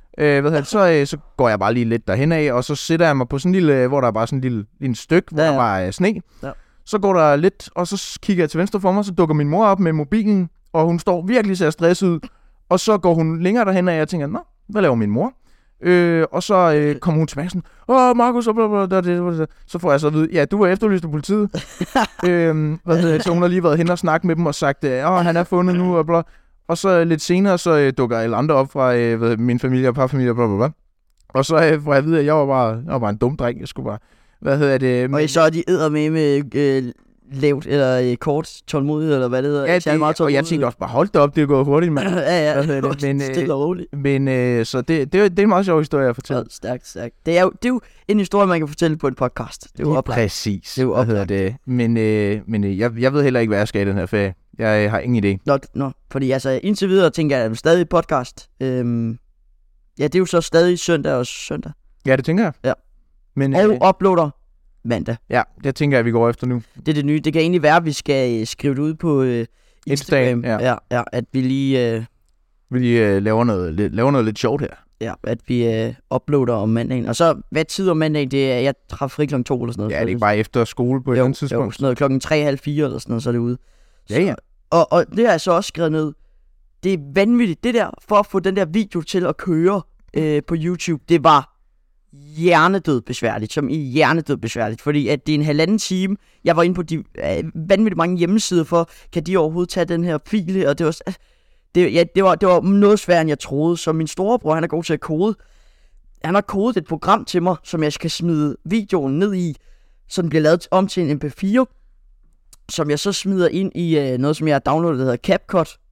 Så går jeg bare lige lidt derhen af, og så sætter jeg mig på sådan en lille, hvor der er bare sådan en lille stykke, hvor der bare er sne. Ja. Så går der lidt, og så kigger jeg til venstre for mig, så dukker min mor op med mobilen, og hun står virkelig så stresset ud. Og så går hun længere derhen, og jeg tænker, nå, hvad laver min mor? Og så kommer hun tilbage sådan, Markus, så får jeg så at vide, ja, du var efterlyst af politiet. Så hun har lige været hen og snakket med dem og sagt, han er fundet nu, og bla. Og så lidt senere, så dukker alle andre op fra min familie og parfamilie, bla. Og så får jeg at vide, at jeg var bare en dum dreng, jeg skulle bare, Og så er de med lavt eller kort tålmodighed, eller hvad det hedder. Ja, og jeg tænkte også bare, hold da op, det er gået hurtigt, mand. Ja. Stille og roligt. Men så det er en meget sjov historie at fortælle. Stærkt. Det er jo en historie, man kan fortælle på en podcast. Det er jo oplagt. Præcis. Det er jo oplagt. Men jeg ved heller ikke, hvad jeg skal i den her ferie. Jeg har ingen idé. Nå, fordi altså indtil videre tænker jeg, at det er stadig podcast. Det er jo så stadig søndag. Ja, det tænker jeg. Ja. Men, og uploader mandag. Ja, det tænker jeg, vi går efter nu. Det er det nye. Det kan egentlig være, at vi skal skrive det ud på Instagram. Ja, at vi lige... vi lige laver noget lidt sjovt her. Ja, at vi uploader om mandagen. Og så, hvad tid om mandagen, det er, jeg træffer fri klokken 2 eller sådan noget. Ja, det er ikke bare efter skole på et eller andet tidspunkt. Jo, sådan noget klokken 3:30 eller sådan noget, så er det ude. Ja. Og det har jeg så også skrevet ned. Det er vanvittigt. Det der, for at få den der video til at køre på YouTube, det var hjernedød besværligt, fordi at det er 1,5 time. Jeg var inde på de vanvittigt mange hjemmesider for, kan de overhovedet tage den her fil, og det var noget sværere, end jeg troede. Så min storebror, han er god til at kode. Han har kodet et program til mig, som jeg skal smide videoen ned i, så den bliver lavet om til en MP4, som jeg så smider ind i noget, som jeg har downloadet, der hedder CapCut.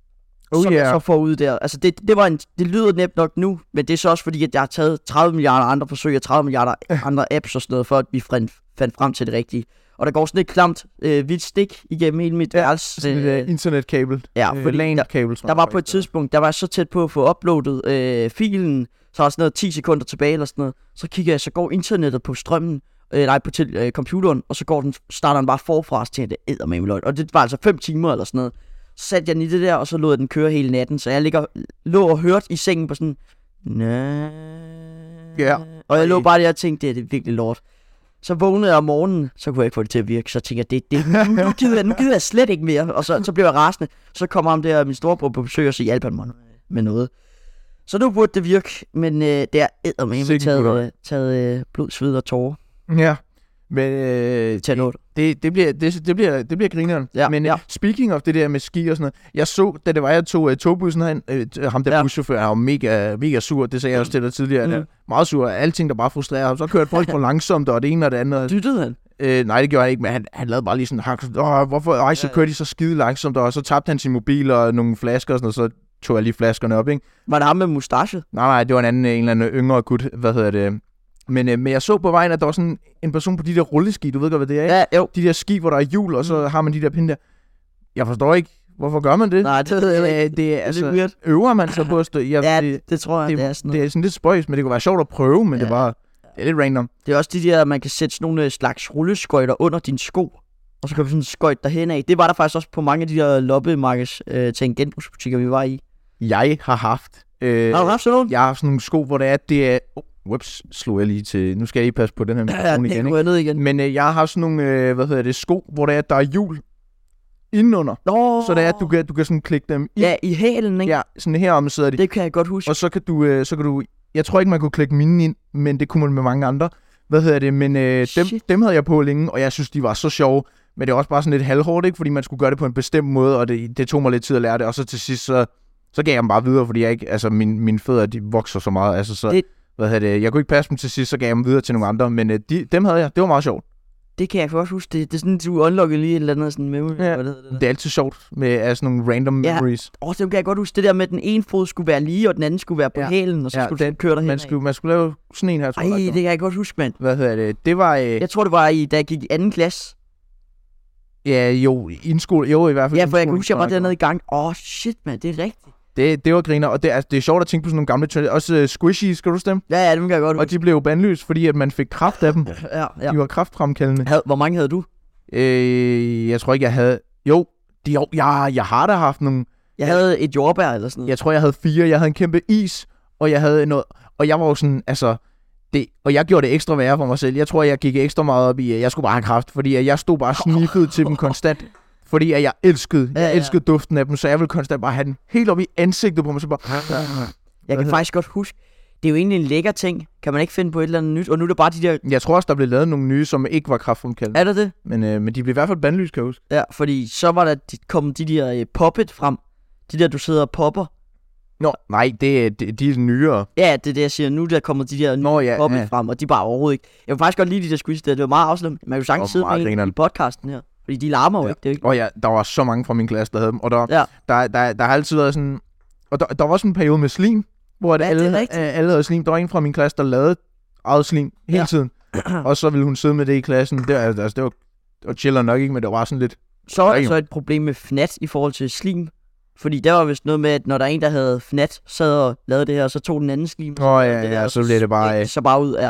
som jeg så får ud der. Altså det lyder nemt nok nu, men det er så også fordi, at jeg har taget 30 milliarder andre forsøg og 30 milliarder andre apps og sådan noget, for at vi fandt frem til det rigtige. Og der går sådan et klamt hvidt stik igennem hele mit værelse. Sådan et internetkabel. Ja, fordi LAN-kabel. Der var på et tidspunkt, der var jeg så tæt på at få uploadet filen, så var sådan noget 10 sekunder tilbage eller sådan noget. Så kigger jeg, så går internettet på strømmen, på computeren, og så starter den bare forfra, og så tænker jeg, det eddermame løgn. Og det var altså 5 timer eller sådan noget. Så satte jeg den i det der, og så lod jeg den køre hele natten, så jeg lå og hørte i sengen på sådan, ja. Og jeg lå bare der og tænkte, det er virkelig lort. Så vågnede jeg om morgenen, så kunne jeg ikke få det til at virke, så tænkte jeg, nu gider jeg slet ikke mere, og så blev jeg rasende. Så kommer ham der, min storebror på besøg, og så hjalp han mig med noget. Så nu burde det virke, men det er eddermame taget blod, sved og tårer. Ja, men det bliver grineren. Ja, men speaking of det der med ski og sådan noget, jeg så, da det var, jeg tog togbussen hen, ham der buschauffør, han var mega sur, det sagde jeg også til dig tidligere, han er meget sur, alting der bare frustrerer ham, så kørte folk for langsomt, og det ene og det andet. Dyttede han? Nej, det gjorde han ikke, men han lavede bare lige sådan, hvorfor, så kørte de så skide langsomt, og så tabte han sin mobil og nogle flasker og sådan noget, så tog jeg lige flaskerne op, ikke? Var det ham med mustache? Nej, det var en eller anden yngre gut, Men jeg så på vejen, at der var sådan en person på de der rulleski, du ved godt, hvad det er, ikke? Ja, jo. De der ski, hvor der er hjul, og så har man de der pinde der. Jeg forstår ikke, hvorfor gør man det? Nej, det ved jeg ikke. Det er altså, øver man sig på at stå? Det tror jeg, det er sådan noget. Det er sådan lidt spøjs, men det kunne være sjovt at prøve, men det er lidt random. Det er også de der, man kan sætte sådan nogle slags rulleskøjter under dine sko, og så kan du sådan skøjte derhen af. Det var der faktisk også på mange af de der loppemarkeds til en genbrugsbutikker, vi var i. Jeg har haft... har du haft sådan nogle? Jeg har haft sådan nogle sko, hvor det er... Whoops, slog jeg lige til... Nu skal jeg lige passe på den her mikrofon igen. Men jeg har haft sådan nogle, sko, hvor der er hjul indenunder. Så det er, at du kan sådan klikke dem i. Ja, i hælen, ikke? Ja, sådan heromme sidder de. Det kan jeg godt huske. Og så kan du... Jeg tror ikke, man kunne klikke mine ind, men det kunne man med mange andre. Men dem havde jeg på længe, og jeg synes, de var så sjove. Men det er også bare sådan lidt halvhårdt, ikke? Fordi man skulle gøre det på en bestemt måde, og det tog mig lidt tid at lære det. Og så til sidst, så gav jeg dem bare videre, fordi jeg ikke... Altså, mine fødder, de vokser så meget. Altså, så... Jeg kunne ikke passe dem til sidst, så gav jeg dem videre til nogle andre, men dem havde jeg. Det var meget sjovt. Det kan jeg også huske. Det er sådan, du unlocker lige et eller andet sådan memory. Ja, det er altid sjovt med sådan nogle random memories. Det kan jeg godt huske. Det der med, at den ene fod skulle være lige, og den anden skulle være på hælen, og så skulle den køre derhen. Man skulle lave sådan en her, tror jeg. Det kan jeg godt huske, mand. Det var... Jeg tror, det var da jeg gik i 2. klasse. Ja, jo, i hvert fald. Ja, for jeg kan huske, jeg var dernede i gang. Shit, mand, det er rigtigt. Det var griner, og det er sjovt at tænke på sådan nogle gamle trends. Også squishy, skal du stemme? Ja, dem kan jeg godt huske. Og de blev jo bandlyst, fordi at man fik kraft af dem. Ja. De var kraftfremkaldende. Hvor mange havde du? Jeg tror ikke, jeg havde... Jo, jeg har da haft nogle... Jeg havde et jordbær eller sådan noget. Jeg tror, jeg havde 4. Jeg havde en kæmpe is, og jeg havde noget... Og jeg var jo sådan, altså... Og jeg gjorde det ekstra værre for mig selv. Jeg tror, jeg gik ekstra meget op i, at jeg skulle bare have kraft, fordi jeg stod bare sniffede til dem konstant. Fordi jeg elskede duften af dem, så jeg ville konstant bare have den helt op i ansigtet på mig. Så bare... Jeg kan faktisk godt huske, det er jo egentlig en lækker ting. Kan man ikke finde på et eller andet nyt? Og nu er det bare de der... Jeg tror også, der blev lavet nogle nye, som ikke var kraftfremkaldende. Er det? Men de blev i hvert fald bandlyst, kan jeg huske. Ja, fordi så var der kommet de der poppet frem. De der, du sidder og popper. Nå, nej, de er nyere. Ja, det er det, jeg siger. Nu der er kommet de der poppet frem, og de bare overhovedet ikke... Jeg vil faktisk godt lide de der squeeze der. Det var meget afslømt. Man kan jo sagtens sidde med en i podcasten her. Fordi de larmer jo ikke, det er ikke. Og ja, der var så mange fra min klasse, der havde dem. Og der har altid været sådan... Og der var sådan en periode med slim, hvor alle havde slim. Der var en fra min klasse, der lavede eget slim hele tiden. Og så ville hun sidde med det i klassen. Det var chiller nok ikke, men det var sådan lidt... Så er der så et problem med fnat i forhold til slim. Fordi der var vist noget med, at når der er en, der havde fnat, sad og lavede det her, og så tog den anden slim. Så blev det bare... Så bare ud,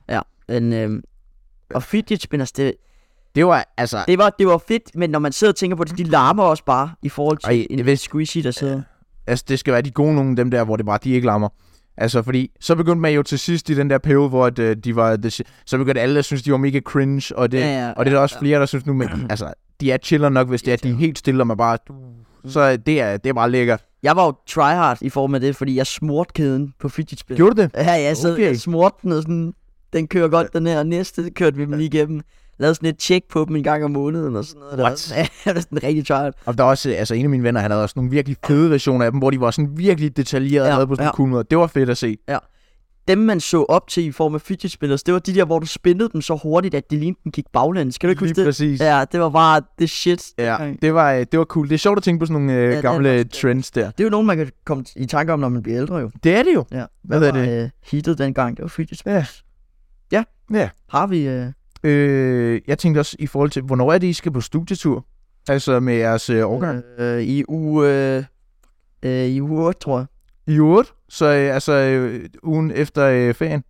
ja. Og fidget spinners, det var altså... Det var fedt, men når man sidder og tænker på det, de larmer også bare i forhold til en squeezy, der sidder. Altså, det skal være de gode nogle, dem der, hvor det bare, de ikke larmer. Altså, fordi så begyndte man jo til sidst i den der periode, hvor de var... Så begyndte alle at synes, de var mega cringe, og det er der også flere, der synes nu, men altså, de er chiller nok, hvis det er, de er helt stille, og man bare... Så det er bare lækkert. Jeg var jo tryhard i form af det, fordi jeg smurte kæden på fidget spinner. Gjorde du det? Ja, jeg smurte den, og sådan, den kører godt, den her, og næste kørte vi dem lige igennem. Lavede sådan et tjek på dem en gang om måneden og sådan noget. What? Det var sådan rigtig tryhard. Og der er også, altså en af mine venner, han havde også nogle virkelig fede versioner af dem, hvor de var sådan virkelig detaljerede og havde på sådan en cool måde. Det var fedt at se. Ja. dem man så op til i form af fidget-spillere, det var de der, hvor du spændede dem så hurtigt, at de lignede den gik baglæns. Skal du ikke huske det? Præcis. Ja, det var bare det shit. Ja, det var cool. Det er sjovt at tænke på sådan nogle gamle trends der. Det er jo nogen, man kan komme i tanke om, når man bliver ældre jo. Det er det jo. Ja. Hvad er det? Hittet dengang, det var fidget-spillere. Ja. Har vi... Jeg tænkte også i forhold til, hvornår er det, I skal på studietur? Altså med jeres årgang? I uge 8, tror jeg. I uge 8? Så ugen efter ferien?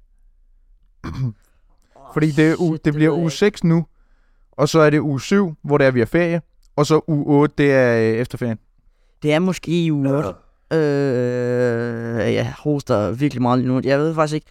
Fordi det bliver uge 6 nu, og så er det uge 7, hvor det er, vi har ferie, og så uge 8, det er efter ferien. Det er måske i uge 8. Jeg hoster virkelig meget lige nu. Jeg ved faktisk ikke.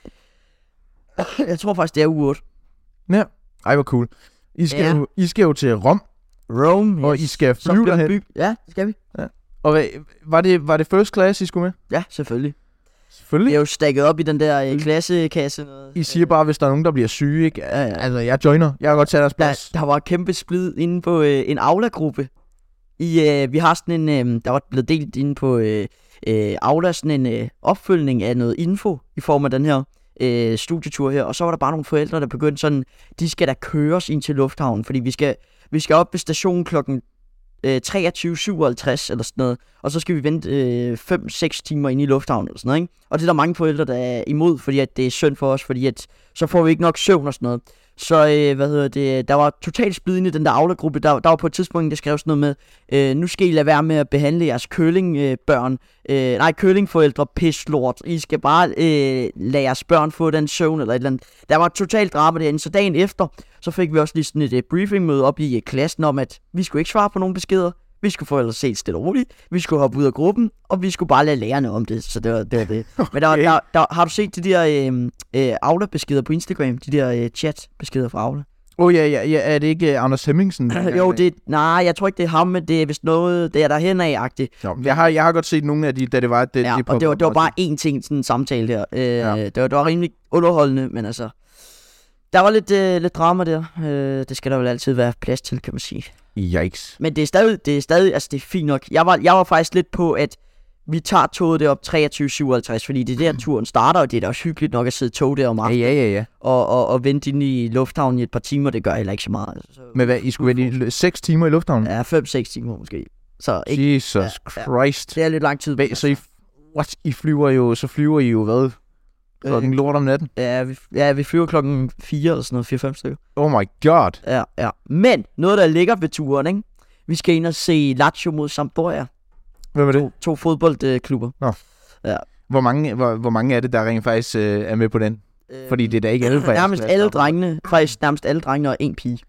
Jeg tror faktisk, det er uge 8. Ja, ej hvor cool. I skal jo til Rom. Rome, og I skal flyve derhen. Ja, det skal vi. Ja. Og var det first class, I skulle med? Ja, selvfølgelig. Selvfølgelig. Det er jo stakket op i den der klassekasse. Noget. I siger bare, hvis der er nogen, der bliver syge, ikke? Ja. Altså, jeg joiner. Jeg kan godt tage deres plads. Der var et kæmpe splid inde på en Aula-gruppe. Vi har sådan en, der var blevet delt inde på Aula, sådan en opfølgning af noget info i form af den her studietur her. Og så var der bare nogle forældre, der begyndte sådan, de skal da køres ind til lufthavnen, fordi vi skal op ved stationen klokken 23:57 eller sådan noget, og så skal vi vente 5-6 timer inde i lufthavnen eller sådan noget, ikke? Og det er der mange forældre, der er imod, fordi at det er synd for os, fordi at så får vi ikke nok søvn og sådan noget. Så der var totalt splid inde i den der Aula-gruppe. Der var på et tidspunkt, der skrev sådan noget med, nu skal I lade være med at behandle jeres curlingforældre pislort. I skal bare lade jeres børn få den søvn eller et eller andet. Der var totalt drama derinde, så dagen efter, så fik vi også lige sådan et briefingmøde op i klassen om, at vi skulle ikke svare på nogen beskeder. Vi skulle få ellers set stille og roligt. Vi skulle hoppe ud af gruppen, og vi skulle bare lade lærerne om det. Så det var det. Men der har du set de der Aula-beskeder på Instagram? De der chat-beskeder fra Aula? Ja. Er det ikke Anders Hemmingsen? Jo, jeg tror ikke, det er ham, men det er vist noget, det er der henad-agtigt. Jeg har godt set nogle af de, da det var... Det var bare én ting, sådan en samtale der. Det var rimelig underholdende, men altså... Der var lidt drama der. Det skal der vel altid være plads til, kan man sige. Yikes. Men det er stadig, altså det er fint nok. Jeg var faktisk lidt på, at vi tager toget derop 23:57, fordi det der turen starter, og det er da også hyggeligt nok at sidde i tog der om aftenen. Ja. Og vente ind i lufthavnen i et par timer, det gør heller ikke så meget. Altså, men hvad, I skulle vente i 6 timer i lufthavnen? Ja, 5-6 timer måske. Så ikke, Jesus Christ. Det er lidt lang tid. Så I flyver I jo hvad? Klokken lort om natten? Vi flyver klokken 4 eller sådan noget, 4-5 stykker. Oh my god. Ja. Men noget, der ligger ved turen, ikke? Vi skal ind og se Lazio mod Sampdoria. Hvem er det? To fodboldklubber. Nå. Ja. Hvor mange er det, der rent faktisk er med på den? Fordi det er da ikke alle faktisk. Nærmest alle drengene og en pige.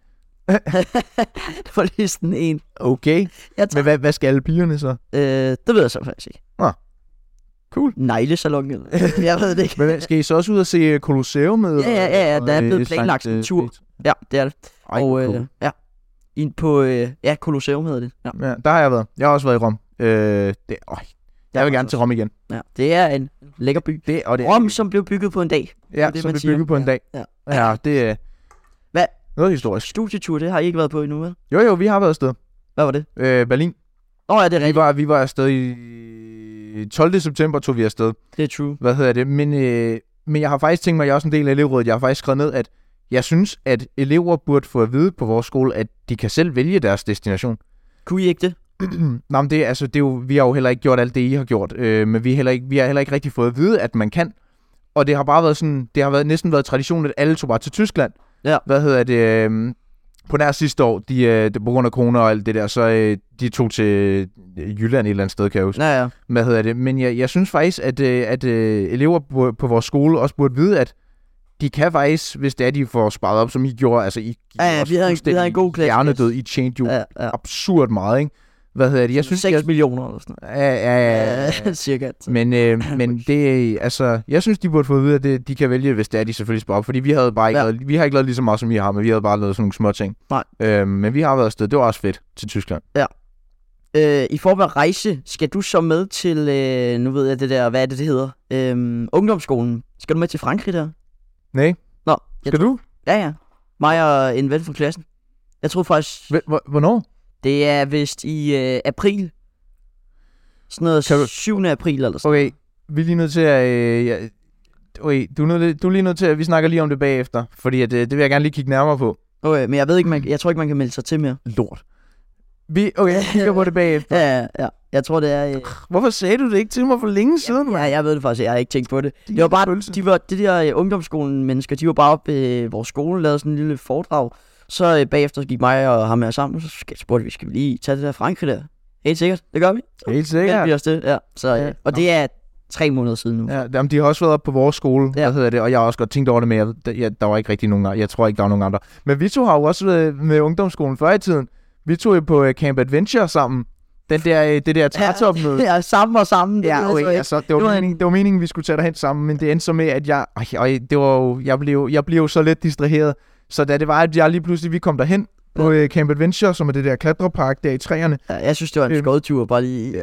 Det var lige sådan en. Okay. Men hvad skal alle pigerne så? Det ved jeg så faktisk ikke. Cool. Neglesalon. Jeg ved det ikke. Men skal I så også ud og se Colosseum? Ja, der er blevet planlagt en tur. Ja, det er det. Cool. Ind på, Colosseum hedder det. Ja, der har jeg været. Jeg har også været i Rom. Jeg vil gerne til Rom igen. Ja, det er en lækker by. Rom, som blev bygget på en dag. Ja, som blev bygget på en dag. Ja, det er noget historisk. Studietur, det har I ikke været på endnu, vel? Jo, vi har været afsted. Hvad var det? Berlin. Ja, det er rigtigt. Vi var afsted i 12. september tog vi afsted. Det er true. Hvad hedder det? Men jeg har faktisk tænkt mig, jeg er også en del af elevrådet. Jeg har faktisk skrevet ned, at jeg synes, at elever burde få at vide på vores skole, at de kan selv vælge deres destination. Kunne I ikke det? Nå, men det er jo, vi har jo heller ikke gjort alt det, I har gjort. Men vi har heller ikke rigtig fået at vide, at man kan. Og det har bare været sådan, næsten været tradition, at alle tog bare til Tyskland. Ja. Hvad hedder det? På nær sidste år, på grund af corona og alt det der, så de tog til Jylland et eller andet sted, kan jeg huske. Ja. Hvad hedder det? Men jeg synes faktisk, at elever på vores skole også burde vide, at de kan faktisk, hvis det er, de får sparet op, som I gjorde, altså I vi havde en god klasse. Hjernedød, I tjente jo absurd meget, ikke? Hvad hedder det? Jeg synes 6 millioner eller sådan noget. Ja. Cirka. Men det altså, jeg synes, de burde få at vide, at de kan vælge, hvis det er, de selvfølgelig sparer op. Fordi vi havde bare ikke vi har ikke lavet lige så meget, som I har, men vi havde bare lavet sådan nogle små ting. Nej. Men vi har været afsted. Det var også fedt til Tyskland. Ja. I form af rejse, skal du så med til, nu ved jeg det der, hvad er det hedder? Ungdomsskolen. Skal du med til Frankrig der? Nej. Nå. Skal du? Ja. Mig og en ven fra klassen. Jeg tror faktisk... Hvornår? Det er vist i april. Sådan noget 7. april eller sådan. Okay, vi er lige nødt til at... okay, du er lige nødt til, at vi snakker lige om det bagefter, fordi at, det vil jeg gerne lige kigge nærmere på. Okay, men jeg ved ikke, jeg tror ikke, man kan melde sig til mere. Lort. Jeg kigger på det bagefter. Ja. Jeg tror, det er... Hvorfor sagde du det ikke til mig for længe siden? Ja, jeg ved det faktisk. Jeg har ikke tænkt på det. Det var bare, de der ungdomsskolen-mennesker, de var bare oppe ved vores skole, lavede sådan en lille foredrag. Så bagefter gik mig og ham her sammen, og så spurgte vi, skal vi lige tage det der Frankrig der? Helt sikkert, det gør vi. Helt sikkert. Vi os det, ja. Så, og det er 3 måneder siden nu. Ja, de har også været op på vores skole, og jeg har også godt tænkt over det, men der var ikke rigtig nogen andre. Jeg tror ikke, der var nogen andre. Men vi to har jo også været med ungdomsskolen før i tiden. Vi tog jo på Camp Adventure sammen. Det der trætopmøde. Ja, sammen. Ja, det var meningen, vi skulle tage derhen sammen, men det endte så med, at jeg blev jo så lidt distraheret. Så da det var, at vi kom derhen på Camp Adventure, som er det der klatrepark der i træerne. Ja, jeg synes, det var en skodtur, bare lige.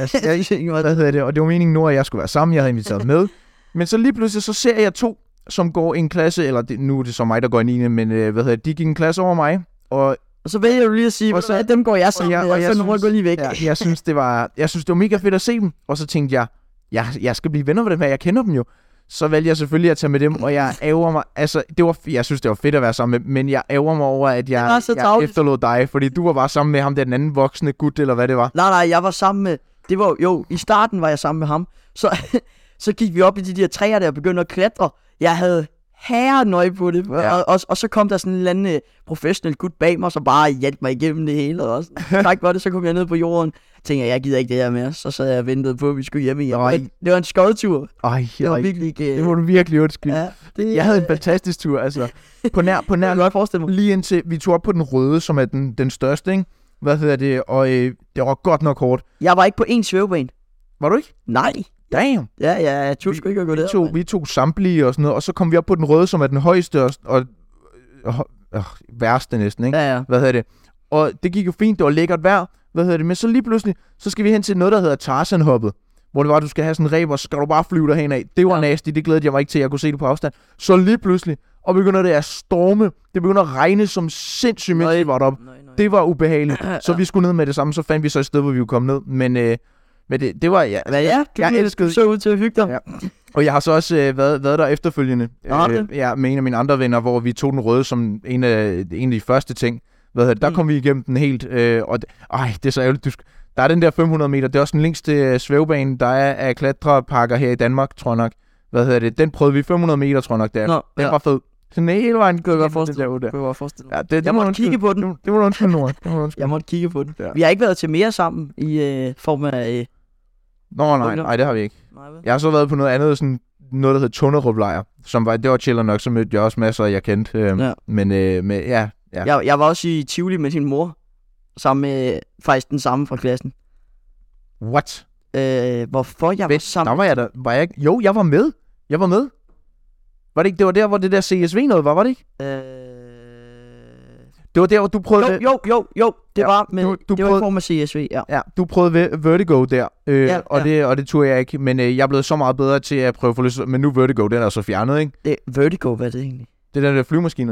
Og det var meningen nu, at jeg skulle være sammen. Jeg havde inviteret med. Men så lige pludselig, så ser jeg 2, som går i en klasse, eller nu er det så mig, der går i 9. Men de gik en klasse over mig, og så vælger du lige at sige, at dem går jeg sammen med, og så går lige væk. Ja, jeg synes, det var mega fedt at se dem, og så tænkte jeg skal blive venner med dem her, jeg kender dem jo. Så valgte jeg selvfølgelig at tage med dem, og jeg ærger mig, altså, jeg synes, det var fedt at være sammen med, men jeg ærger mig over, at jeg efterlod dig, fordi du var bare sammen med ham, den anden voksne gut, eller hvad det var. Nej, jeg var sammen med, det var jo, i starten var jeg sammen med ham, så gik vi op i de der træer der og begyndte at klatre. Jeg havde herrenøje på det, og så kom der sådan en eller anden professionel gut bag mig, så bare hjalp mig igennem det hele, og også, tak for det, så kom jeg ned på jorden, tænkte jeg gider ikke det her mere, så sad jeg og ventede på, at vi skulle hjem igen. Det var en skodtur. Det var virkelig ikke... Det må du virkelig undskylde. Ja, jeg havde en fantastisk tur, altså. På nær lige indtil vi tog op på den røde, som er den største, ikke? Og det var godt nok hårdt. Jeg var ikke på én svævebane. Var du ikke? Nej. Damn. Ja, jeg tog sgu ikke at gå der. Vi tog samtlige og sådan noget, og så kom vi op på den røde, som er den højeste og værste næsten, ikke? Ja. Og det gik jo fint, det var lækkert vejr, men så lige pludselig, så skal vi hen til noget, der hedder Tarzan-hoppet, hvor det var, at du skal have sådan en reb, og så skal du bare flyve derhen af. Det var nasty, det glædede jeg mig ikke til, at jeg kunne se det på afstand. Så lige pludselig, og begynder det at storme, det begynder at regne som sindssygt, mens vi var deroppe. Det var ubehageligt, så vi skulle ned med det samme, så fandt vi så et sted, hvor vi kunne komme ned, men det var, jeg elskede. Så ud til at hygge dig. Ja. Og jeg har så også været der efterfølgende. Med en af mine andre venner, hvor vi tog den røde som en af de første ting. Der kom vi igennem den helt. Og det er så ærgerligt. Der er den der 500 meter. Det er også den længste svævebane, der er af klatreparker her i Danmark, tror jeg nok. Den prøvede vi 500 meter, tror jeg nok. Den var fed. Sådan hele vejen kunne jeg godt forestille mig. Jeg måtte kigge på den. Det må du undskylde, Nora. Jeg måtte kigge på den. Ja. Vi har ikke været til mere sammen i form af... Nej, det har vi ikke. Jeg har så været på noget andet, sådan noget, der hedder Tunderup-lejr, det var chiller nok, så mødte jeg også masser, jeg kendte. Men ja. Jeg var også i Tivoli med sin mor, sammen med faktisk den samme fra klassen. What? Hvorfor jeg var sammen? Der var jeg der. Var jeg ikke? Jo, jeg var med. Var det ikke? Det var der, hvor det der CSV noget var det ikke? Det var der, hvor du prøvede... Jo, det var med, det var i form af CSV, ja. Ja, du prøvede Vertigo der, og det tog jeg ikke, men jeg er blevet så meget bedre til at prøve at få lyst, men nu Vertigo, den er så fjernet, ikke? Vertigo, hvad er det egentlig? Det er den der flyvemaskine.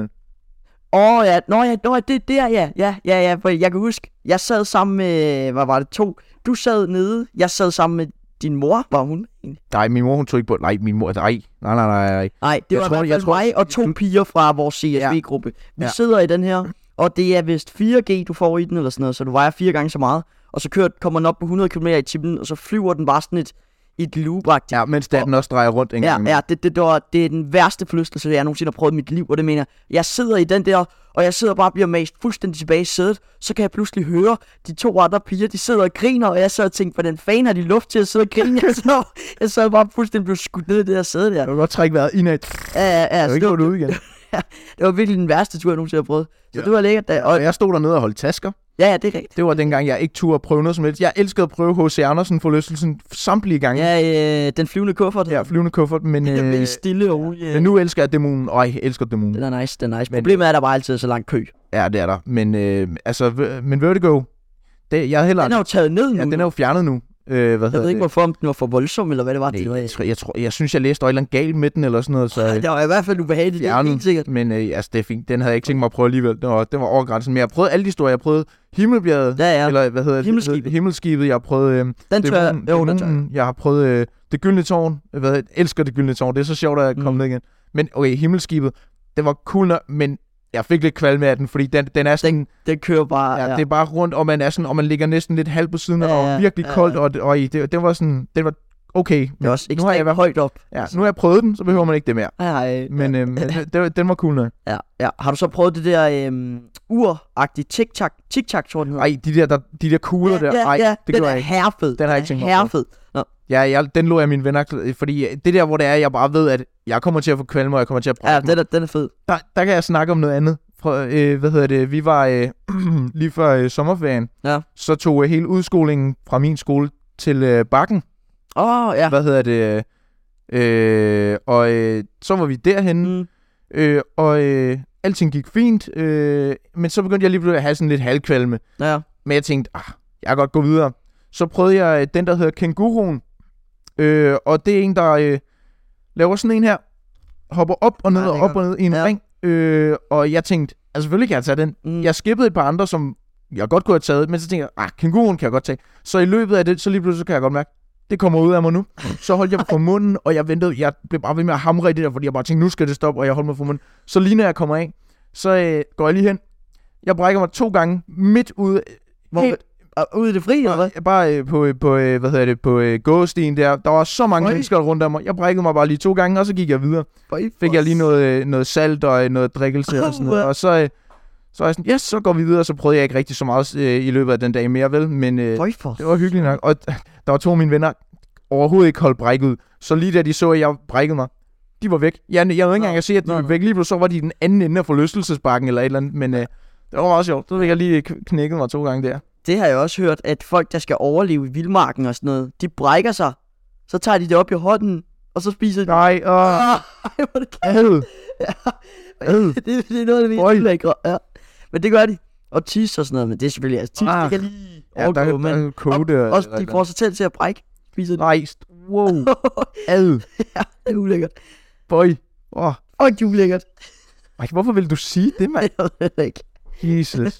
Det der, ja, for jeg kan huske, jeg sad sammen med, hvad var det, 2, du sad nede, jeg sad sammen med din mor, var hun egentlig? Nej, min mor, hun tog ikke på, nej, min mor, nej. Nej, det var i hvert fald mig og 2 piger fra vores CSV-gruppe. Vi sidder i den her, og det er vist 4G, du får i den, eller sådan noget, så du vejer 4 gange så meget, og så kommer den op på 100 km i timen, og så flyver den bare sådan et loop-agtigt. Ja, mens den også drejer rundt en gang. Ja, det er den værste forlystelse, jeg nogensinde har prøvet i mit liv, og det mener jeg sidder i den der, og jeg sidder bare og bliver mast fuldstændig tilbage i sædet, så kan jeg pludselig høre de 2 andre piger, de sidder og griner, og jeg sad og tænkte, hvordan fanden har de luft til at sidde og grine? Jeg sad bare fuldstændig blevet skudt ned i det der sæde der. Du kan godt trække vejret indad. Ja, så ikke gå ud igen. Det var virkelig den værste tur, jeg nogensinde har prøvet. Så det var lækkert. Og jeg stod dernede og holdt tasker. Ja, det er rigtigt. Det var dengang, jeg ikke turde prøve noget som helst. Jeg elskede at prøve H.C. Andersen-forlystelsen samtlige gange. Ja, den flyvende kuffert. Ja, flyvende kuffert, men... stille og roligt. Men nu elsker jeg dæmonen. Jeg elsker dæmonen. Den er nice. Problemet er, at der bare altid er så lang kø. Ja, det er der. Men, men Vertigo... Jeg havde heller... Den er jo taget ned nu. Ja, den er jo fjernet nu. Jeg ved ikke hvorfor, om den var for voldsom, eller hvad det var. Jeg synes, jeg læste et eller andet galt med den, eller sådan noget. Så, det var i hvert fald ubehageligt, det er helt sikkert. Men altså, det er fint. Den havde jeg ikke tænkt mig at prøve alligevel. Den var over grænsen. Men jeg har prøvet alle de store. Jeg har prøvet Himmelbjerget, eller hvad hedder det? Himmelskibet. Jeg har prøvet jeg har prøvet Det Gyldne Tårn. Jeg elsker Det Gyldne Tårn. Det er så sjovt, at jeg kom ned igen. Men okay, Himmelskibet, det var cool nok, men jeg fik lidt kvalme af den, fordi den er sådan... Den kører bare... Ja, det er bare rundt, og man er sådan, og man ligger næsten lidt halvt på siden, og virkelig koldt, og det var sådan... Det var okay. Det var også ekstremt højt op. Ja, nu har jeg prøvet den, så behøver man ikke det mere. Men den var cool nok. Ja. Har du så prøvet det der ur-agtige tic-tac, tror jeg. Ej, de der kugler der. Ej, det gør jeg ikke. Herfed. Den har jeg ikke tænkt mig på. Ja, den lå jeg mine venner, fordi det der, hvor det er, jeg bare ved, at jeg kommer til at få kvalme, og jeg kommer til at prøve den er fed. Der kan jeg snakke om noget andet. Vi var lige før sommerferien, så tog hele udskolingen fra min skole til Bakken. Ja. Og så var vi derhenne, og alting gik fint, men så begyndte jeg lige pludselig at have sådan lidt halvkvalme. Ja. Men jeg tænkte, jeg kan godt gå videre. Så prøvede jeg den, der hedder Kænguruen, og det er en, der laver sådan en her, hopper op og ned og op og ned i en ring, og jeg tænkte, selvfølgelig kan jeg tage den. Jeg skippede et par andre, som jeg godt kunne have taget, men så tænkte jeg, Kænguruen kan jeg godt tage. Så i løbet af det, så lige pludselig kan jeg godt mærke, det kommer ud af mig nu. Så holdt jeg på munden, og jeg ventede, jeg blev bare ved med at hamre i det der, fordi jeg bare tænkte, nu skal det stoppe, og jeg holdt mig for munden. Så lige når jeg kommer af, så går jeg lige hen. Jeg brækker mig 2 gange midt ude. Ude i det fri, eller hvad? Bare på gåstien der. Der var så mange mennesker rundt om mig. Jeg brækkede mig bare lige 2 gange, og så gik jeg videre. Fik jeg lige noget salt og noget drikkelse og sådan noget. Og så er jeg sådan, så går vi videre. Og så prøvede jeg ikke rigtig så meget i løbet af den dag mere, vel? Men det var hyggeligt nok. Og der var 2 af mine venner overhovedet ikke holdt brækket ud. Så lige da de så, at jeg brækkede mig, de var væk. Jeg ved ikke engang at se, at de var væk. Lige pludselig så var de i den anden ende af forlystelsesbakken eller et eller andet. Men det var meget sjovt. Så fik jeg lige knækket mig 2 gange der. Det har jeg også hørt, at folk, der skal overleve i vildmarken og sådan noget, de brækker sig. Så tager de det op i hånden, og så spiser de. Nej, hvor det det er noget af det mest ulækre. Ja. Men det gør de. Og tisse og sådan noget, men det er selvfølgelig... Altså, tisse, det kan lige overgå, men... Også de får sig til at brække. Spiser de. Nej, wow. Ja, det er ulækkert. Boy. Det er ulækkert. Hvorfor vil du sige det, mand? Jeg ved ikke. Jesus.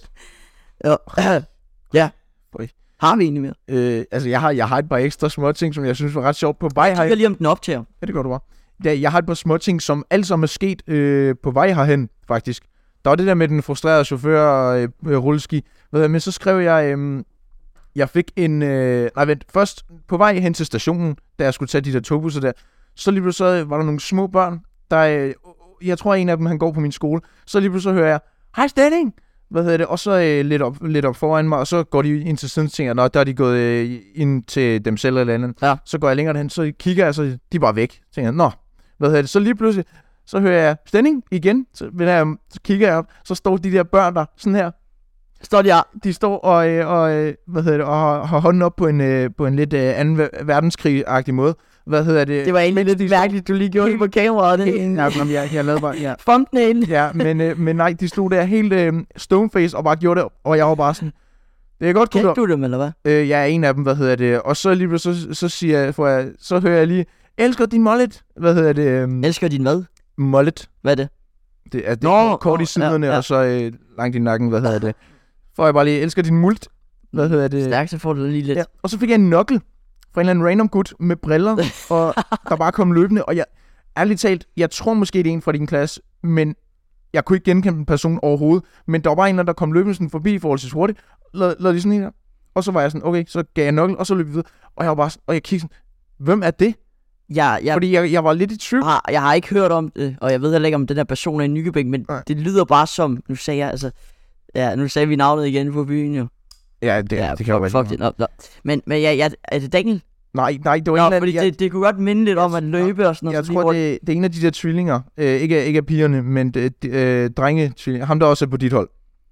Ja. Har vi egentlig mere? Altså, jeg har et par ekstra små ting, som jeg synes var ret sjovt på vej. Jeg kigger lige om den optager. Ja, det gør du bare. Jeg har et par små ting, som alle sammen er sket på vej herhen, faktisk. Der var det der med den frustrerede chauffør og rulleski. Men så skrev jeg, jeg fik en... først på vej hen til stationen, da jeg skulle tage de der togbusser der, så lige pludselig var der nogle små børn, der... jeg tror, en af dem, han går på min skole. Så lige pludselig hører jeg, hej Stenning! Og så lidt op foran mig, og så går de ind til siden, og tænker, der er de gået ind til dem selv eller andet. Ja. Så går jeg længere hen, så kigger jeg, så de er bare væk. Tænker, så lige pludselig, så hører jeg Stenning igen, så kigger jeg op, så står de der børn der, sådan her. Står de her? De står og har hånden op på en lidt anden verdenskrig-agtig måde. Det var egentlig lidt mærkeligt, du lige gjorde det på kameraet. Jeg lavede bare... Ja. Thumbnail. Ja, men nej, de stod der helt stoneface og bare gjorde det, og jeg var bare sådan... Det er godt, kendte du dem, eller hvad? Jeg er en af dem, og så lige så hører jeg lige, elsker din mullet. Elsker din hvad? Mullet. Hvad er det? Det er kort i siderne, og så langt i nakken, får jeg bare lige, elsker din mult. Stærkt, så får du lige lidt. Ja, og så fik jeg en nokkel fra en eller anden random gut med briller, og der bare kom løbende, og jeg, ærligt talt, jeg tror måske det er en fra din klasse, men jeg kunne ikke genkende en person overhovedet, men der var bare en, der kom løbende sådan forbi forholdsvis hurtigt, lavede de sådan en her, og så var jeg sådan, okay, så gav jeg nokkel, og så løb vi videre, og jeg var bare sådan, og jeg kiggede sådan, hvem er det? Fordi jeg var lidt i tvivl. Jeg har ikke hørt om det, og jeg ved heller ikke, om den her person er i Nykøbing, men det lyder bare som, nu sagde vi navnet igen på byen jo. Ja, det kan jo være. Men er det Daniel? Nej, det var en af fordi det kunne godt minde lidt om at løbe og sådan noget. Jeg tror, det er en af de der tvillinger. Ikke af pigerne, men drengetvillinger. Ham, der også er på dit hold.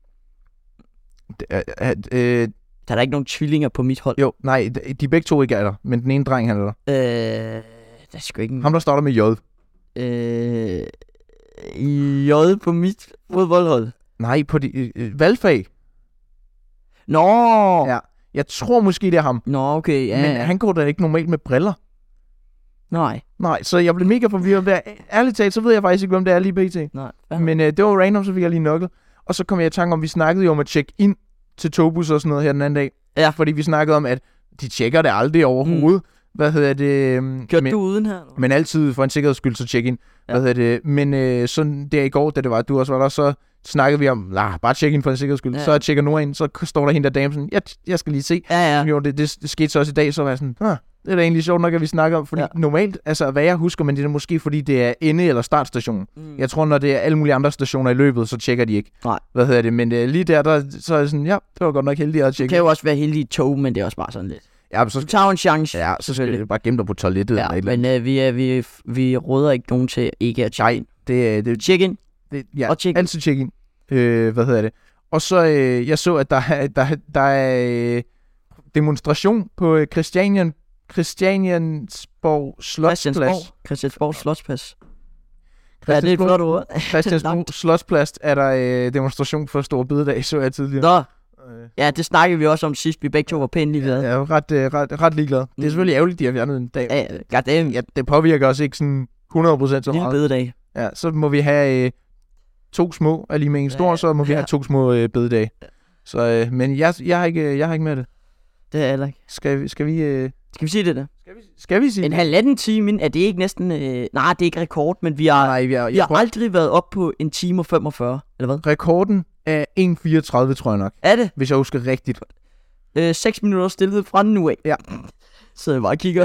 Der er der ikke nogen tvillinger på mit hold. Jo, nej, de begge to ikke er der, men den ene dreng, han er der. Der er sgu ikke... Ham, der starter med J. J på mit fodboldhold? Nej, på de valgfag. Nå! Ja. Jeg tror måske, det er ham. Nå, okay, ja. Men han går da ikke normalt med briller. Nej, så jeg blev mega forvirret. Ærligt talt, så ved jeg faktisk ikke, hvem det er lige pt. Nej. Men det var random, så fik jeg lige nokket. Og så kom jeg i tanke om, vi snakkede jo om at tjekke ind til togbus og sådan noget her den anden dag. Ja. Fordi vi snakkede om, at de tjekker det aldrig overhovedet. Hvad hedder det? Kørte du uden her? Men altid for en sikkerheds skyld, så tjek ind. Ja. Hvad hedder det? Men sådan der i går, da det var, du også var der, så snakkede vi om, bare tjek ind for en sikkerheds skyld. Ja. Så jeg tjekker Nora ind, så står der hende der dame sådan, jeg skal lige se. Ja. Jo, det skete så også i dag, så var jeg sådan, det er da egentlig sjovt nok, at vi snakker om, fordi normalt, altså hvad jeg husker, men det er måske fordi, det er ende- eller startstation. Jeg tror, når det er alle mulige andre stationer i løbet, så tjekker de ikke. Nej. Hvad hedder det? Men lige der, så er jeg sådan, det var godt nok heldig at tjekke. Det kan jo også være heldig i tog, men det er også bare sådan lidt. Ja, så du tager en chance. Ja, så skal du bare gemme dig på toilettet. Ja, eller men vi råder ikke nogen til ikke at tjekke ind. Det tjek ind. Ja, og tjek altid tjek ind. Hvad hedder det? Og så, jeg så, at der er demonstration på Christiansborg Slotsplads. Christiansborg Slotsplads. Ja, det er et flot ord. Christiansborg Slotsplads er der demonstration for Store Bededag, så jeg tidligere. Nå. Ja, det snakkede vi også om sidst. Vi begge to var pænt ligeglade. Ja, jeg er ret ligeglad. Det er selvfølgelig ærgerligt, de har fjernet en dag. Ja, det påvirker os ikke sådan 100% så meget. Bededag. Ja, så må vi have 2 små, og lige med en stor, så må vi have 2 små bededage. Så, men jeg har ikke med det. Det er heller ikke. Skal vi sige det da? Skal vi sige en halvanden time, er det ikke næsten... nej, det er ikke rekord, men vi har aldrig været op på 1 time og 45, eller hvad? Rekorden er 1:34, tror jeg nok. Er det? Hvis jeg husker rigtigt. 6 minutter stillhed fra nu af. Ja. Så jeg bare kigger.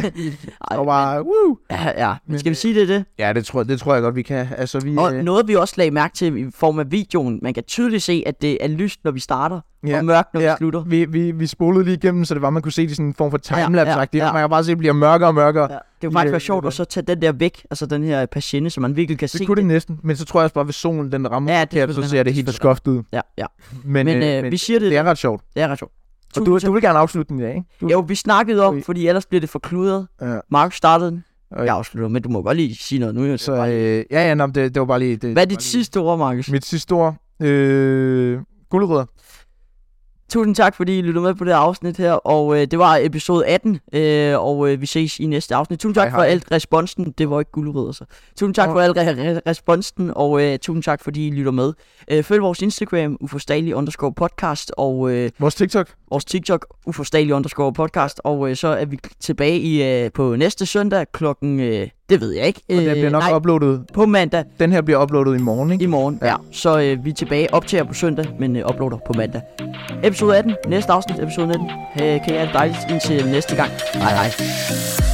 Og bare, woo! Ja. Skal vi sige det? Ja, det tror jeg godt, vi kan. Altså, og noget, vi også lagde mærke til i form af videoen, man kan tydeligt se, at det er lyst, når vi starter, og mørkt, når vi slutter. Vi spolede lige igennem, så det var, man kunne se det i sådan en form for timelapse-agtigt. Man kan bare se, at det bliver mørkere og mørkere. Ja. Det var faktisk sjovt, og så tage den der væk, altså den her patiente, så man virkelig kan se det. Det kunne det næsten, men så tror jeg også bare, hvis solen den rammer, så ser det helt skoft ud. Ja. Men vi siger det. Det er ret sjovt. Og du vil gerne afslutte den i dag, ikke? Jo, vi snakkede om, fordi ellers bliver det forkludret. Ja. Mark startede den. Jeg afslutter, men du må godt lige sige noget nu. Så det var bare lige... Hvad er dit sidste ord, Markus? Mit sidste ord? Gulerødder. Tusind tak, fordi I lyttede med på det afsnit her, og det var episode 18, og vi ses i næste afsnit. Tusind tak for alt responsen. Det var ikke gulerødder, så. Tusind tak for alt responsen, og tusind tak, fordi I lytter med. Følg vores Instagram, uforståelig_podcast, og vores TikTok, uforståelig_podcast, og så er vi tilbage på næste søndag klokken... det ved jeg ikke. Og det bliver nok uploadet på mandag. Den her bliver uploadet i morgen, ikke? I morgen, ja. Så vi er tilbage optager på søndag, men uploader på mandag. Episode 18, næste afsnit, episode 19. Kan I have det dejligt indtil næste gang. Hej.